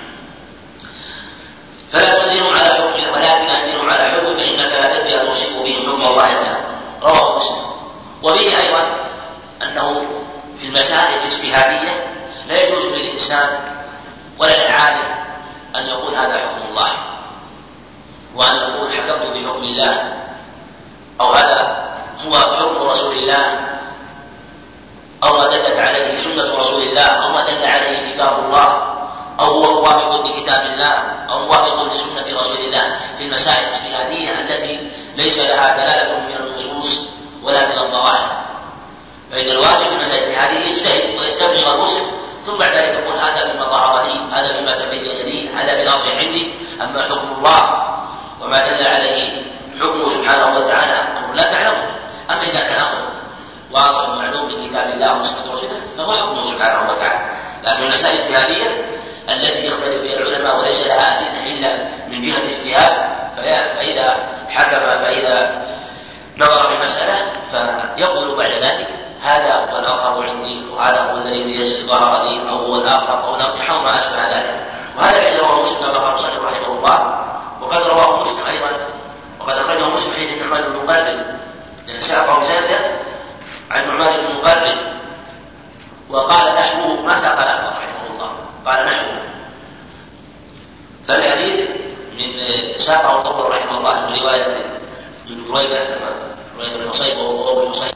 فلا تنزلوا على حكم ولكن انزلوا على حكم فإنك لا تدري أن تصيب به حكم الله إلا. رواه مسلم. وبه أيضا أنه في المسائل الاجتهادية لا يجوز للإنسان ولا للعالم أن يقول هذا حكم الله، وأن يقول حكمت بحكم الله، أو هذا هو حكم رسول الله، أو ما دلت عليه سنة رسول الله، أو ما دل عليه كتاب الله، أو هو موافق لكتاب الله، أو موافق لسنة رسول الله في المسائل الاجتهادية التي ليس لها دلالة من النصوص ولا من الظواهر. فإن الواجب في المسائل الاجتهادية يجتهد ويستبلغ المسلم، ثم بعد ذلك يقول هذا مما ظهر لي، هذا مما تبين لي، هذا في الأرجح عندي. أما حكم الله وما دل عليه حكمه سبحانه وتعالى أمر لا تعلمه. أما إذا كان أمر واضح ومعلوم بكتاب الله وسنة رسوله فهو حكمه سبحانه وتعالى. لكن المسائل الاجتهادية التي يختلف فيها العلماء وليس لها أدلة إلا من جهة اجتهاد، فإذا حكم فإذا نظر في المسألة فيقول بعد ذلك هذا هو الآخر عندي، وهذا هو الذي ظهر لي، أو هو الأقرب أو الأرجح أو ما أشبه ذلك. وهذا الذي رواه مسلم كما قال المصنف رحمه الله. وقد رواه مسلم أيضا، وقد أخرجه مسلم حين النعمان بن مقرن ساقه زادة عن النعمان بن مقرن، وقال نحوه ما ساق له رحمه الله، قال نحوه. فالحديث من ساقه الطبري رحمه الله من رواية ابن بريدة كما بريدة بن حصيب وهو ابو الحصيب